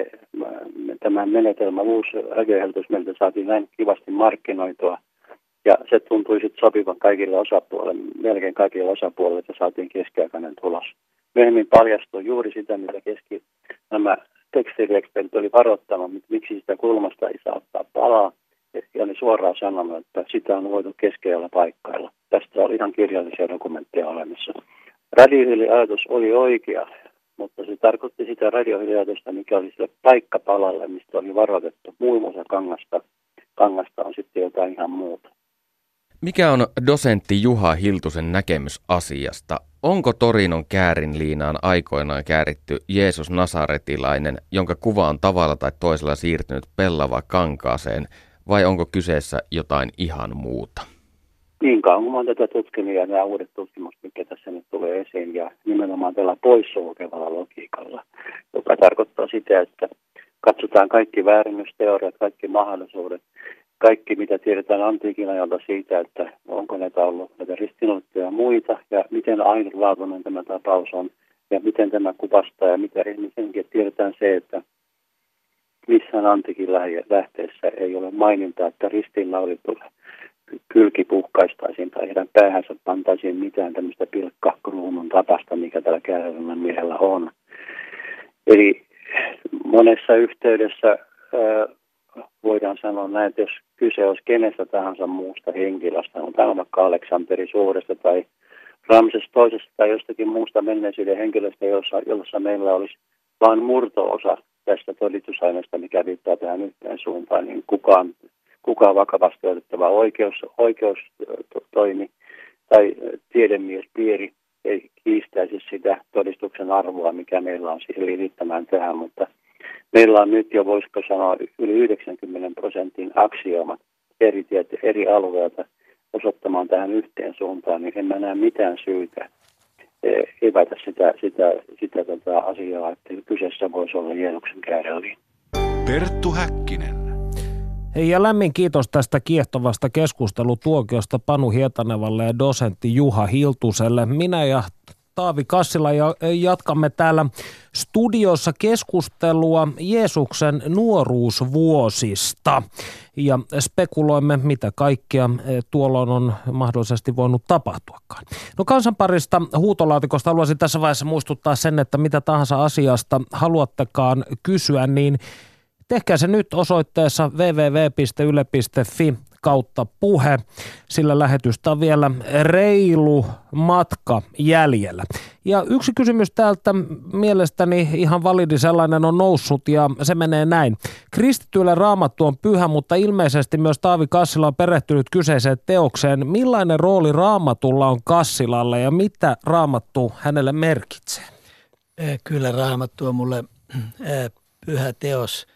tämä menetelmä, uusi radiohelpotusmenetelmä saatiin näin kivasti markkinoitua. Ja se tuntui sitten sopivan kaikille osapuolille, melkein kaikille osapuolille, että saatiin keskiaikainen tulos. Myöhemmin paljastui juuri sitä, mitä nämä tekstiiliekspertit oli varoittanut, miksi sitä kulmasta ei saa ottaa palaa. Ja oli suoraan sanonut, että sitä on voitu keskeillä paikkailla. Tästä oli ihan kirjallisia dokumentteja olemassa. Radiohiljautus oli oikea, mutta se tarkoitti sitä radiohiljautusta, mikä oli sille paikkapalalle, mistä oli varoitettu. Muun muassa kangasta on sitten jotain ihan muuta.
Mikä on dosentti Juha Hiltusen näkemys asiasta? Onko Torinon käärinliinaan aikoinaan kääritty Jeesus Nasaretilainen, jonka kuva on tavalla tai toisella siirtynyt pellava kankaaseen, vai onko kyseessä jotain ihan muuta?
Niin kauan kun olen tätä tutkinut ja nämä uudet tutkimukset, mikä tässä nyt tulee esiin, ja nimenomaan tällä poissulkevalla logiikalla, joka tarkoittaa sitä, että katsotaan kaikki väärennysteoriat, kaikki mahdollisuudet, kaikki mitä tiedetään antiikin ajalta siitä, että onko näitä ollut näitä ristiinnaulittuja ja muita, ja miten ainutlaatuinen tämä tapaus on, ja miten tämä kuvastaa, ja mitä ensinnäkin tiedetään se, että missään antiikin lähteessä ei ole mainintaa, että ristiinnaulitulle kylki puhkaistaisiin tai heidän päähänsä pantaisiin mitään tämmöistä pilkkakruunun tapasta, mikä tällä kääräilyllä miehellä on. Eli monessa yhteydessä voidaan sanoa näin, että jos kyse olisi kenestä tahansa muusta henkilöstä, on tämä vaikka Aleksanteri Suuresta tai Ramses toisesta tai jostakin muusta menneisyyden henkilöstä, jossa meillä olisi vain murto-osa tästä todistusaineesta, mikä viittaa tähän yhteen suuntaan, niin kukaan vakavasti otettava oikeustoimi tai tiedemiespiiri ei kiistäisi sitä todistuksen arvoa, mikä meillä on siihen liittämään tähän, mutta meillä on nyt jo, voisiko sanoa, yli 90% aksioomat eri alueilta osoittamaan tähän yhteen suuntaan, niin en mä näe mitään syytä evätä sitä asiaa, että kyseessä voisi olla Jeesuksen kääräliina.
Perttu Häkkinen.
Hei, ja lämmin kiitos tästä kiehtovasta keskustelutuokiosta Panu Hietanevalle ja dosentti Juha Hiltuselle. Minä ja Taavi Kassila ja jatkamme täällä studiossa keskustelua Jeesuksen nuoruusvuosista ja spekuloimme, mitä kaikkea tuolloin on mahdollisesti voinut tapahtuakaan. No Kansanparista huutolaatikosta haluaisin tässä vaiheessa muistuttaa sen, että mitä tahansa asiasta haluattekaan kysyä, niin tehkää se nyt osoitteessa www.yle.fi/puhe, sillä lähetystä on vielä reilu matka jäljellä. Ja yksi kysymys täältä mielestäni ihan validi sellainen on noussut ja se menee näin. Kristityille Raamattu on pyhä, mutta ilmeisesti myös Taavi Kassila on perehtynyt kyseiseen teokseen. Millainen rooli Raamatulla on Kassilalle ja mitä Raamattu hänelle merkitsee?
Kyllä Raamattu on mulle pyhä teos,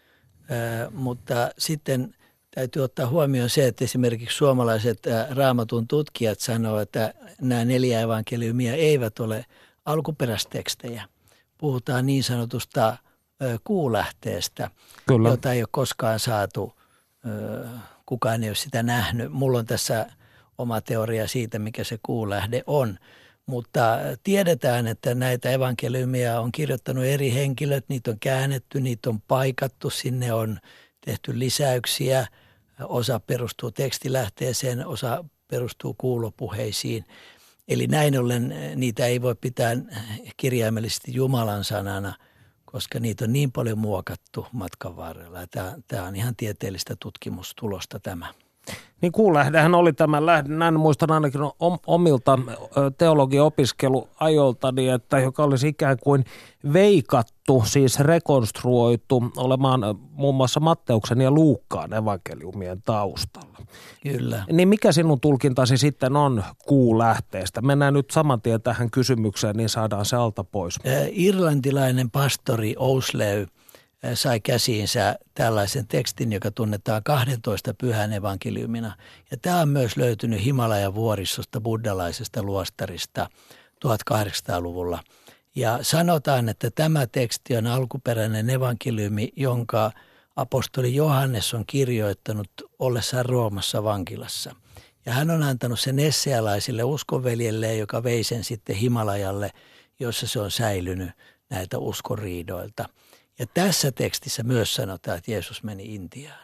mutta sitten täytyy ottaa huomioon se, että esimerkiksi suomalaiset Raamatun tutkijat sanoo, että nämä 4 evankeliumia eivät ole alkuperäistekstejä. Puhutaan niin sanotusta kuulähteestä,
Kyllä.
jota ei ole koskaan saatu, kukaan ei ole sitä nähnyt. Mulla on tässä oma teoria siitä, mikä se kuulähde on. Mutta tiedetään, että näitä evankeliumia on kirjoittanut eri henkilöt, niitä on käännetty, niitä on paikattu, sinne on tehty lisäyksiä. Osa perustuu tekstilähteeseen, osa perustuu kuulopuheisiin. Eli näin ollen niitä ei voi pitää kirjaimellisesti Jumalan sanana, koska niitä on niin paljon muokattu matkan varrella. Tämä on ihan tieteellistä tutkimustulosta tämä.
Niin kuulähdehän oli tämä lähde, näin muistan ainakin omilta teologian opiskeluajoiltani, että joka olisi ikään kuin veikattu, siis rekonstruoitu olemaan muun muassa Matteuksen ja Luukkaan evankeliumien taustalla.
Kyllä.
Niin mikä sinun tulkintasi sitten on kuulähteestä? Mennään nyt saman tien tähän kysymykseen, niin saadaan se alta pois.
Irlantilainen pastori Ousley sai käsiinsä tällaisen tekstin, joka tunnetaan 12 pyhän evankeliumina. Ja tämä on myös löytynyt Himalajan vuoristosta buddhalaisesta luostarista 1800-luvulla. Ja sanotaan, että tämä teksti on alkuperäinen evankeliumi, jonka apostoli Johannes on kirjoittanut ollessaan Roomassa vankilassa. Ja hän on antanut sen essealaisille uskonveljelleen, joka vei sen sitten Himalajalle, jossa se on säilynyt näitä uskonriidoilta. Ja tässä tekstissä myös sanotaan, että Jeesus meni Intiaan.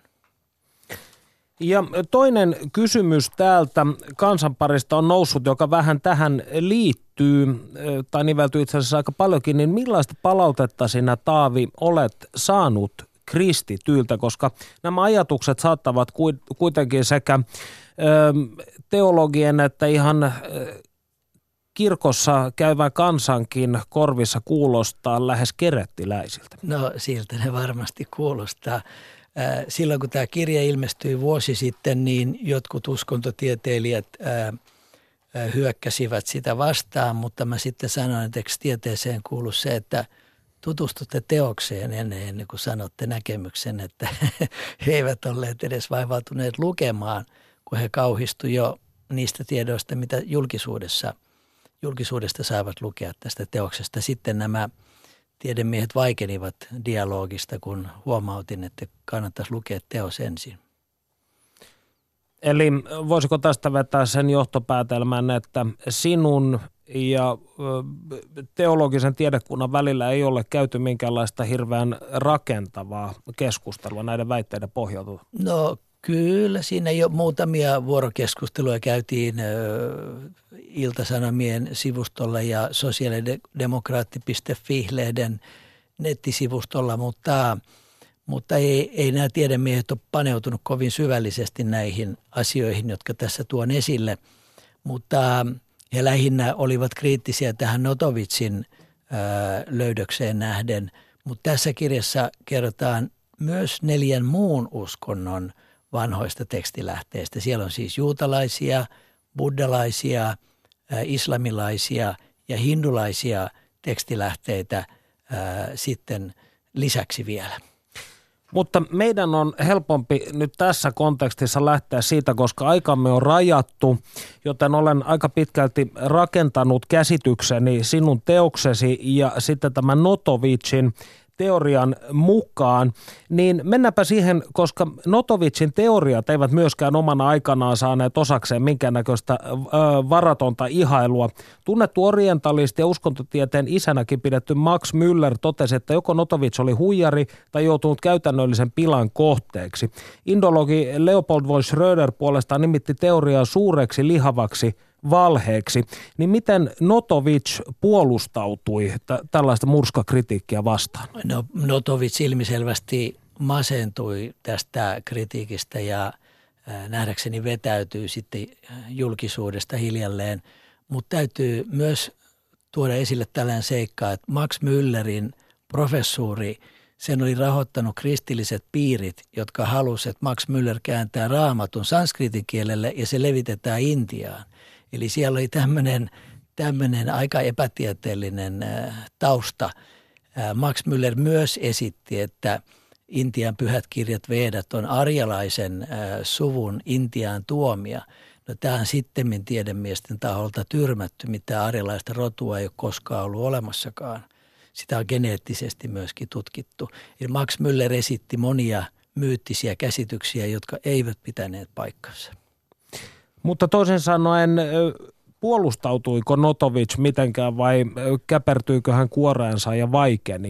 Ja toinen kysymys täältä Kansanparista on noussut, joka vähän tähän liittyy, tai niveltyy itse asiassa aika paljonkin, niin millaista palautetta sinä, Taavi, olet saanut kristityiltä, koska nämä ajatukset saattavat kuitenkin sekä teologien että ihan kirkossa käyvän kansankin korvissa kuulostaa lähes kerettiläisiltä.
No siltä ne varmasti kuulostaa. Silloin kun tämä kirja ilmestyi vuosi sitten, niin jotkut uskontotieteilijät hyökkäsivät sitä vastaan, mutta mä sitten sanoin, että tieteeseen kuuluu se, että tutustutte teokseen ennen kuin sanotte näkemyksen, että he eivät olleet edes vaivautuneet lukemaan, kun he kauhistuivat jo niistä tiedoista, mitä julkisuudesta saivat lukea tästä teoksesta. Sitten nämä tiedemiehet vaikenivat dialogista, kun huomautin, että kannattaisi lukea teos ensin.
Eli voisiko tästä vetää sen johtopäätelmän, että sinun ja teologisen tiedekunnan välillä ei ole käyty minkäänlaista hirveän rakentavaa keskustelua näiden väitteiden pohjalta?
No kyllä, siinä jo muutamia vuorokeskusteluja käytiin Ilta-Sanomien sivustolla ja sosiaalidemokraatti.fi-lehden nettisivustolla, mutta ei nämä tiedemiehet ole paneutunut kovin syvällisesti näihin asioihin, jotka tässä tuon esille, mutta he lähinnä olivat kriittisiä tähän Notovitsin löydökseen nähden, mutta tässä kirjassa kerrotaan myös 4 muun uskonnon vanhoista tekstilähteistä. Siellä on siis juutalaisia, buddhalaisia, islamilaisia ja hindulaisia tekstilähteitä sitten lisäksi vielä.
Mutta meidän on helpompi nyt tässä kontekstissa lähteä siitä, koska aikamme on rajattu, joten olen aika pitkälti rakentanut käsitykseni sinun teoksesi ja sitten tämän Notovitsin teorian mukaan, niin mennäänpä siihen, koska Notovitsin teoriat eivät myöskään omana aikanaan saaneet osakseen minkäännäköistä varatonta ihailua. Tunnettu orientalisti ja uskontotieteen isänäkin pidetty Max Müller totesi, että joko Notovits oli huijari tai joutunut käytännöllisen pilan kohteeksi. Indologi Leopold von Schröder puolestaan nimitti teoriaa suureksi lihavaksi valheeksi. Niin miten Notovits puolustautui tällaista murskakritiikkiä vastaan?
No, Notovits ilmiselvästi masentui tästä kritiikistä ja nähdäkseni vetäytyy sitten julkisuudesta hiljalleen. Mutta täytyy myös tuoda esille tällainen seikka, että Max Müllerin professuuri, sen oli rahoittanut kristilliset piirit, jotka halusivat, että Max Müller kääntää raamatun sanskritin kielelle ja se levitetään Intiaan. Eli siellä oli tämmöinen aika epätieteellinen tausta. Max Müller myös esitti, että Intian pyhät kirjat Vedat on arjalaisen suvun Intiaan tuomia. No, tämä on sittemmin tiedemiesten taholta tyrmätty, mitä arjalaista rotua ei ole koskaan ollut olemassakaan. Sitä on geneettisesti myöskin tutkittu. Eli Max Müller esitti monia myyttisiä käsityksiä, jotka eivät pitäneet paikkansa.
Mutta toisin sanoen, puolustautuiko Notovits mitenkään vai käpertyykö hän kuoreensa ja vaikeni?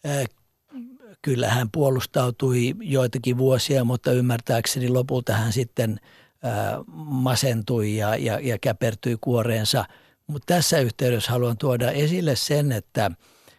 Kyllä hän puolustautui joitakin vuosia, mutta ymmärtääkseni lopulta hän sitten masentui ja käpertyi kuoreensa. Mutta tässä yhteydessä haluan tuoda esille sen, että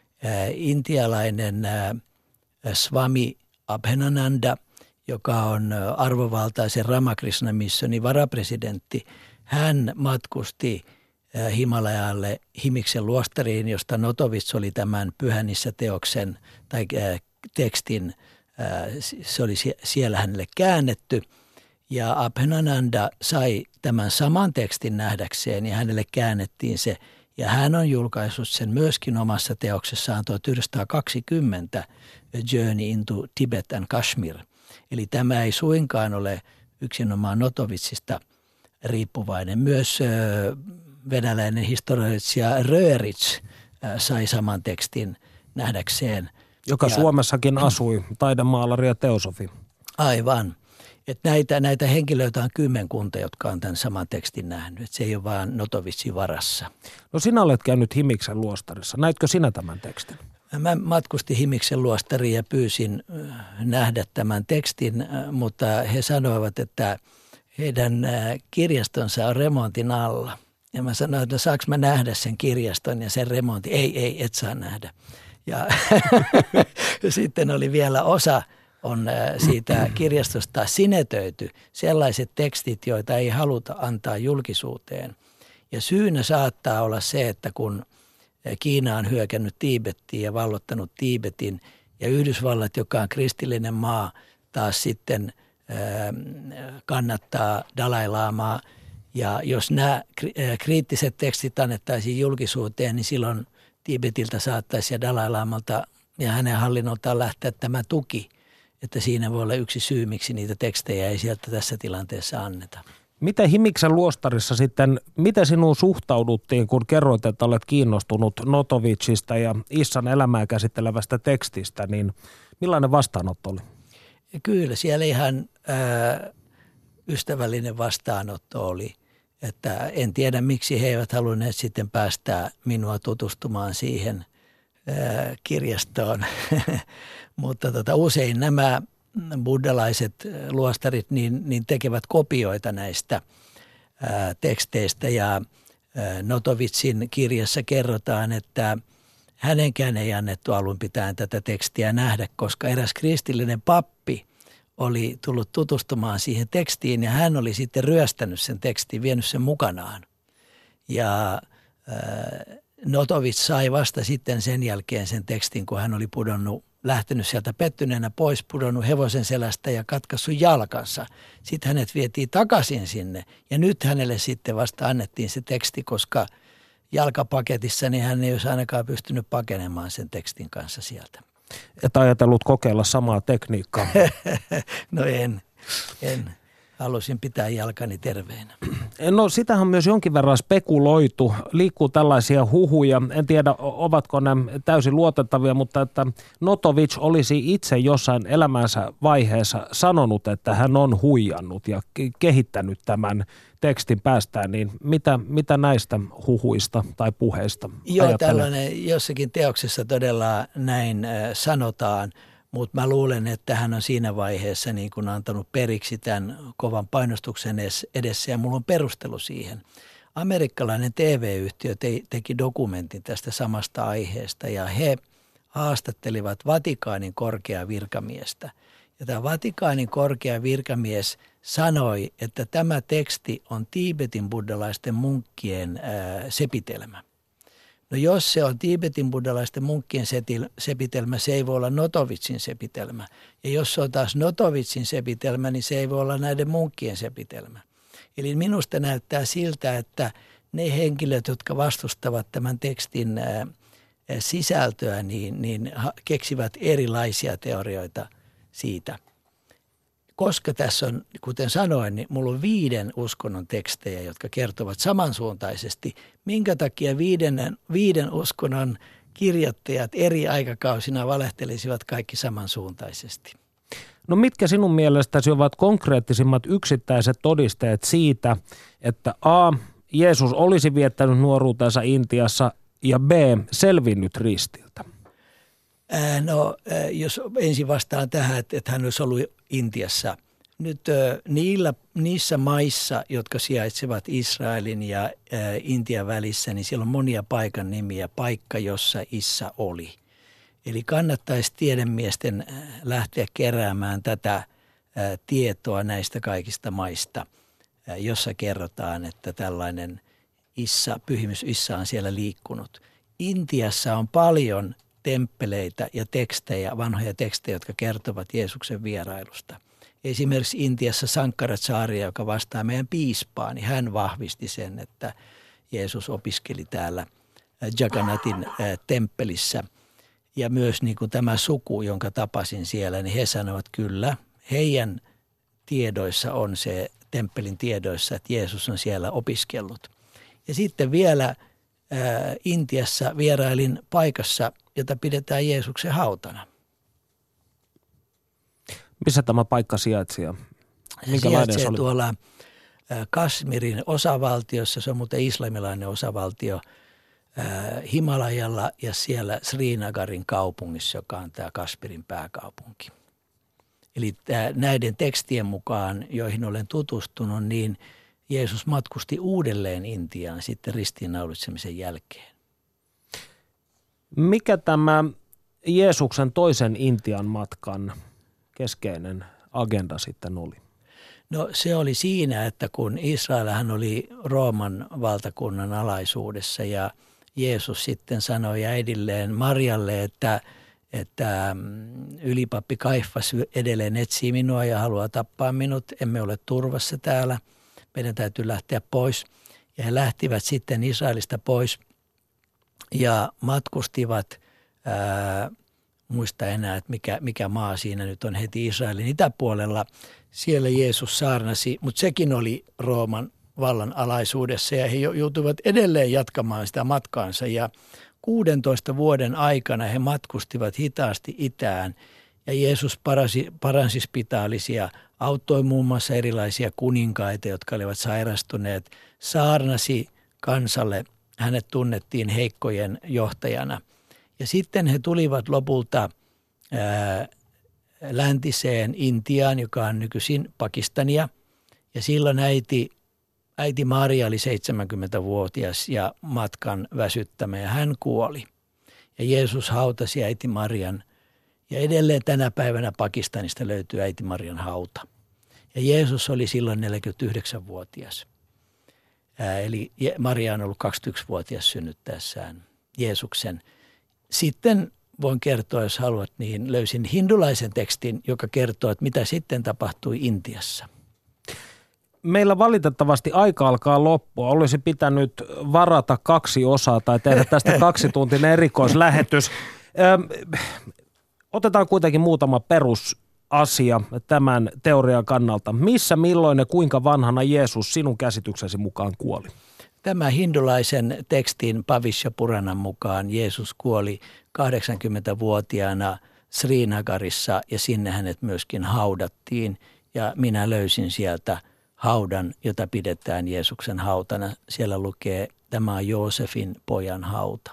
intialainen Swami Abhenananda, joka on arvovaltaisen Ramakrishna Missionin varapresidentti, hän matkusti Himalajalle Himiksen luostariin, josta Notovits oli tämän Pyhänissä-teoksen tai tekstin, se oli siellä hänelle käännetty. Ja Abhenananda sai tämän saman tekstin nähdäkseen ja hänelle käännettiin se. Ja hän on julkaissut sen myöskin omassa teoksessaan 1920, A Journey into Tibet and Kashmir. Eli tämä ei suinkaan ole yksinomaan Notovitsista riippuvainen. Myös venäläinen historioitsija Röörits sai saman tekstin nähdäkseen.
Joka Suomessakin asui, taidemaalari ja teosofi.
Aivan. Että näitä henkilöitä on kymmenkunta, jotka on tämän saman tekstin nähnyt. Että se ei ole vaan Notovitsin varassa.
No sinä olet käynyt Himiksen luostarissa. Näitkö sinä tämän tekstin?
Mä matkustin Himiksen luostariin ja pyysin nähdä tämän tekstin, mutta he sanoivat, että heidän kirjastonsa on remontin alla. Ja mä sanoin, että saanko mä nähdä sen kirjaston ja sen remontin? Ei, et saa nähdä. Ja sitten oli vielä osa on siitä kirjastosta sinetöity sellaiset tekstit, joita ei haluta antaa julkisuuteen. Ja syynä saattaa olla se, että kun Kiina on hyökännyt Tiibettiin ja vallottanut Tiibetin ja Yhdysvallat, joka on kristillinen maa, taas sitten kannattaa Dalai Lamaa. Ja jos nämä kriittiset tekstit annettaisiin julkisuuteen, niin silloin Tiibetiltä saattaisi ja Dalai Lamalta ja hänen hallinnoltaan lähteä tämä tuki, että siinä voi olla yksi syy, miksi niitä tekstejä ei sieltä tässä tilanteessa anneta.
Miten Himiksen luostarissa sitten, miten sinuun suhtauduttiin, kun kerroit, että olet kiinnostunut Notovitsista ja Issan elämää käsittelevästä tekstistä, niin millainen vastaanotto oli?
Ja kyllä siellä ihan ystävällinen vastaanotto oli, että en tiedä miksi he eivät halunneet sitten päästää minua tutustumaan siihen kirjastoon, mutta usein nämä buddhalaiset luostarit niin tekevät kopioita näistä teksteistä ja Notovitsin kirjassa kerrotaan, että hänenkään ei annettu alun pitäen tätä tekstiä nähdä, koska eräs kristillinen pappi oli tullut tutustumaan siihen tekstiin ja hän oli sitten ryöstänyt sen tekstin, vienyt sen mukanaan. Ja Notovits sai vasta sitten sen jälkeen sen tekstin, kun hän oli lähtenyt sieltä pettyneenä pois, pudonnut hevosen selästä ja katkaissut jalkansa. Sitten hänet vietiin takaisin sinne ja nyt hänelle sitten vasta annettiin se teksti, koska jalkapaketissa niin hän ei olisi ainakaan pystynyt pakenemaan sen tekstin kanssa sieltä.
Et ajatellut kokeilla samaa tekniikkaa?
No en. halusin pitää jalkani terveenä.
No sitähän on myös jonkin verran spekuloitu. Liikkuu tällaisia huhuja. En tiedä, ovatko ne täysin luotettavia, mutta että Notovic olisi itse jossain elämänsä vaiheessa sanonut, että hän on huijannut ja kehittänyt tämän tekstin päästään. Niin mitä näistä huhuista tai puheista
Joo, tällainen jossakin teoksessa todella näin sanotaan. Mutta mä luulen, että hän on siinä vaiheessa niin kun antanut periksi tämän kovan painostuksen edessä ja mulla on perustelu siihen. Amerikkalainen TV-yhtiö teki dokumentin tästä samasta aiheesta ja he haastattelivat Vatikaanin korkeaa virkamiestä. Ja tämä Vatikaanin korkea virkamies sanoi, että tämä teksti on Tiibetin buddhalaisten munkkien sepitelmä. No jos se on Tiibetin buddhalaisten munkkien sepitelmä, se ei voi olla Notovitsin sepitelmä. Ja jos se on taas Notovitsin sepitelmä, niin se ei voi olla näiden munkkien sepitelmä. Eli minusta näyttää siltä, että ne henkilöt, jotka vastustavat tämän tekstin sisältöä, niin keksivät erilaisia teorioita siitä. Koska tässä on, kuten sanoin, niin mulla on 5 uskonnon tekstejä, jotka kertovat samansuuntaisesti, minkä takia 5 uskonnon kirjoittajat eri aikakausina valehtelisivat kaikki samansuuntaisesti.
No mitkä sinun mielestäsi ovat konkreettisimmat yksittäiset todisteet siitä, että A. Jeesus olisi viettänyt nuoruutensa Intiassa ja B. selvinnyt ristiltä?
Jos ensin vastaan tähän, että hän olisi ollut Intiassa. Nyt niissä maissa, jotka sijaitsevat Israelin ja Intian välissä, niin siellä on monia paikan nimiä, paikka, jossa Issa oli. Eli kannattaisi tiedemiesten lähteä keräämään tätä tietoa näistä kaikista maista, jossa kerrotaan, että tällainen pyhimys Issa on siellä liikkunut. Intiassa on paljon temppeleitä ja tekstejä, vanhoja tekstejä, jotka kertovat Jeesuksen vierailusta. Esimerkiksi Intiassa Sankaracharya, joka vastaa meidän piispaa, niin hän vahvisti sen, että Jeesus opiskeli täällä Jagannathin temppelissä. Ja myös niin kuin tämä suku, jonka tapasin siellä, niin he sanovat kyllä, heidän tiedoissa on se, temppelin tiedoissa, että Jeesus on siellä opiskellut. Ja sitten vielä Intiassa vierailin paikassa, jota pidetään Jeesuksen hautana.
Missä tämä paikka sijaitsee?
Sijaitsee tuolla Kashmirin osavaltiossa, se on muuten islamilainen osavaltio, Himalajalla ja siellä Srinagarin kaupungissa, joka on tämä Kashmirin pääkaupunki. Eli näiden tekstien mukaan, joihin olen tutustunut, niin Jeesus matkusti uudelleen Intiaan sitten ristiinnaulitsemisen jälkeen.
Mikä tämä Jeesuksen toisen Intian matkan keskeinen agenda sitten oli?
No se oli siinä, että kun Israelhan oli Rooman valtakunnan alaisuudessa ja Jeesus sitten sanoi äidilleen Marjalle, että ylipappi Kaifas edelleen etsii minua ja haluaa tappaa minut, emme ole turvassa täällä. Meidän täytyy lähteä pois. Ja he lähtivät sitten Israelista pois ja matkustivat, muista enää, että mikä maa siinä nyt on heti Israelin itäpuolella. Siellä Jeesus saarnasi, mutta sekin oli Rooman vallan alaisuudessa ja he joutuivat edelleen jatkamaan sitä matkaansa. Ja 16 vuoden aikana he matkustivat hitaasti itään ja Jeesus paransi spitaalisia, auttoi muun muassa erilaisia kuninkaita, jotka olivat sairastuneet, saarnasi kansalle, hänet tunnettiin heikkojen johtajana. Ja sitten he tulivat lopulta läntiseen Intiaan, joka on nykyisin Pakistania. Ja silloin äiti Maria oli 70-vuotias ja matkan väsyttämä ja hän kuoli. Ja Jeesus hautasi äiti Marian. Ja edelleen tänä päivänä Pakistanista löytyy äiti Marian hauta. Ja Jeesus oli silloin 49-vuotias. Eli Maria on ollut 21-vuotias synnyttäessään Jeesuksen. Sitten voin kertoa, jos haluat, niin löysin hindulaisen tekstin, joka kertoo, että mitä sitten tapahtui Intiassa.
Meillä valitettavasti aika alkaa loppua. Olisi pitänyt varata 2 osaa tai tehdä tästä 2-tuntinen erikoislähetys. Otetaan kuitenkin muutama asia tämän teorian kannalta. Missä, milloin ja kuinka vanhana Jeesus sinun käsityksesi mukaan kuoli?
Tämä hindulaisen tekstin Bhavishya Puranan mukaan Jeesus kuoli 80-vuotiaana Srinagarissa ja sinne hänet myöskin haudattiin. Ja minä löysin sieltä haudan, jota pidetään Jeesuksen hautana. Siellä lukee, tämä on Joosefin pojan hauta.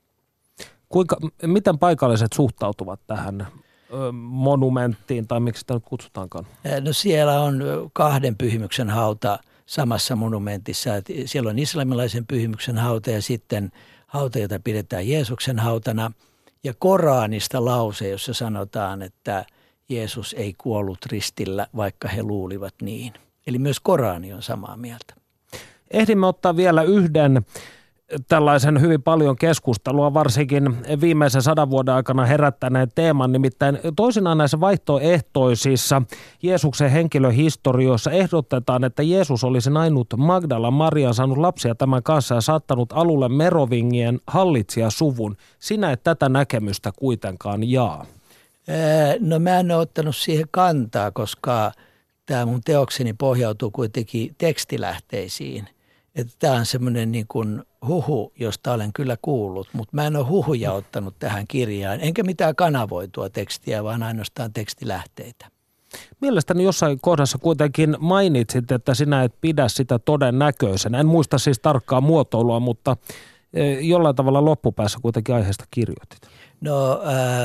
Miten paikalliset suhtautuvat tähän monumenttiin, tai miksi sitä nyt kutsutaankaan?
No siellä on 2 pyhimyksen hauta samassa monumentissa. Siellä on islamilaisen pyhimyksen hauta ja sitten hauta, jota pidetään Jeesuksen hautana. Ja Koranista lause, jossa sanotaan, että Jeesus ei kuollut ristillä, vaikka he luulivat niin. Eli myös Korani on samaa mieltä.
Ehdimme ottaa vielä yhden tällaisen hyvin paljon keskustelua, varsinkin viimeisen 100 vuoden aikana herättäneen teeman, nimittäin toisinaan näissä vaihtoehtoisissa Jeesuksen henkilöhistorioissa ehdotetaan, että Jeesus olisi nainut Magdalan Marian, saanut lapsia tämän kanssa ja saattanut alulle merovingien hallitsijasuvun. Sinä et tätä näkemystä kuitenkaan jaa.
No mä en ole ottanut siihen kantaa, koska tämä mun teokseni pohjautuu kuitenkin tekstilähteisiin. Että tämä on semmoinen niin kuin huhu, josta olen kyllä kuullut, mutta mä en ole huhuja ottanut tähän kirjaan. Enkä mitään kanavoitua tekstiä, vaan ainoastaan tekstilähteitä.
Mielestäni jossain kohdassa kuitenkin mainitsit, että sinä et pidä sitä todennäköisenä. En muista siis tarkkaa muotoilua, mutta jollain tavalla loppupäässä kuitenkin aiheesta kirjoitit.
No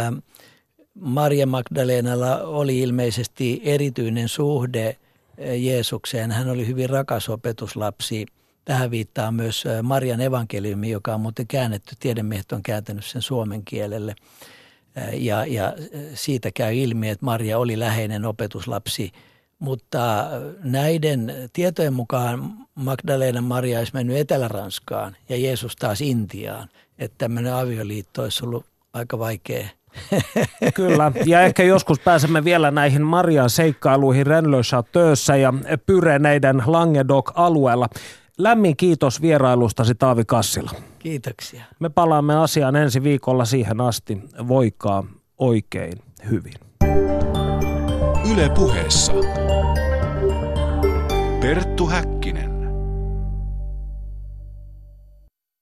Maria Magdalenalla oli ilmeisesti erityinen suhde Jeesukseen. Hän oli hyvin rakas opetuslapsi. Tähän viittaa myös Marian evankeliumi, joka on muuten käännetty, tiedemiehet on kääntänyt sen suomen kielelle. Ja siitä käy ilmi, että Maria oli läheinen opetuslapsi, mutta näiden tietojen mukaan Magdalenan Maria olisi mennyt Etelä-Ranskaan ja Jeesus taas Intiaan. Että tämmöinen avioliitto olisi ollut aika vaikea.
Kyllä, ja ehkä joskus pääsemme vielä näihin Marian seikkailuihin Rennes-le-Châteaussa ja Pyreneiden Languedoc-alueella. Lämmin kiitos vierailustasi, Taavi Kassila.
Kiitoksia.
Me palaamme asiaan ensi viikolla, siihen asti. Voikaa oikein hyvin.
Yle Puheessa Perttu Häkkinen.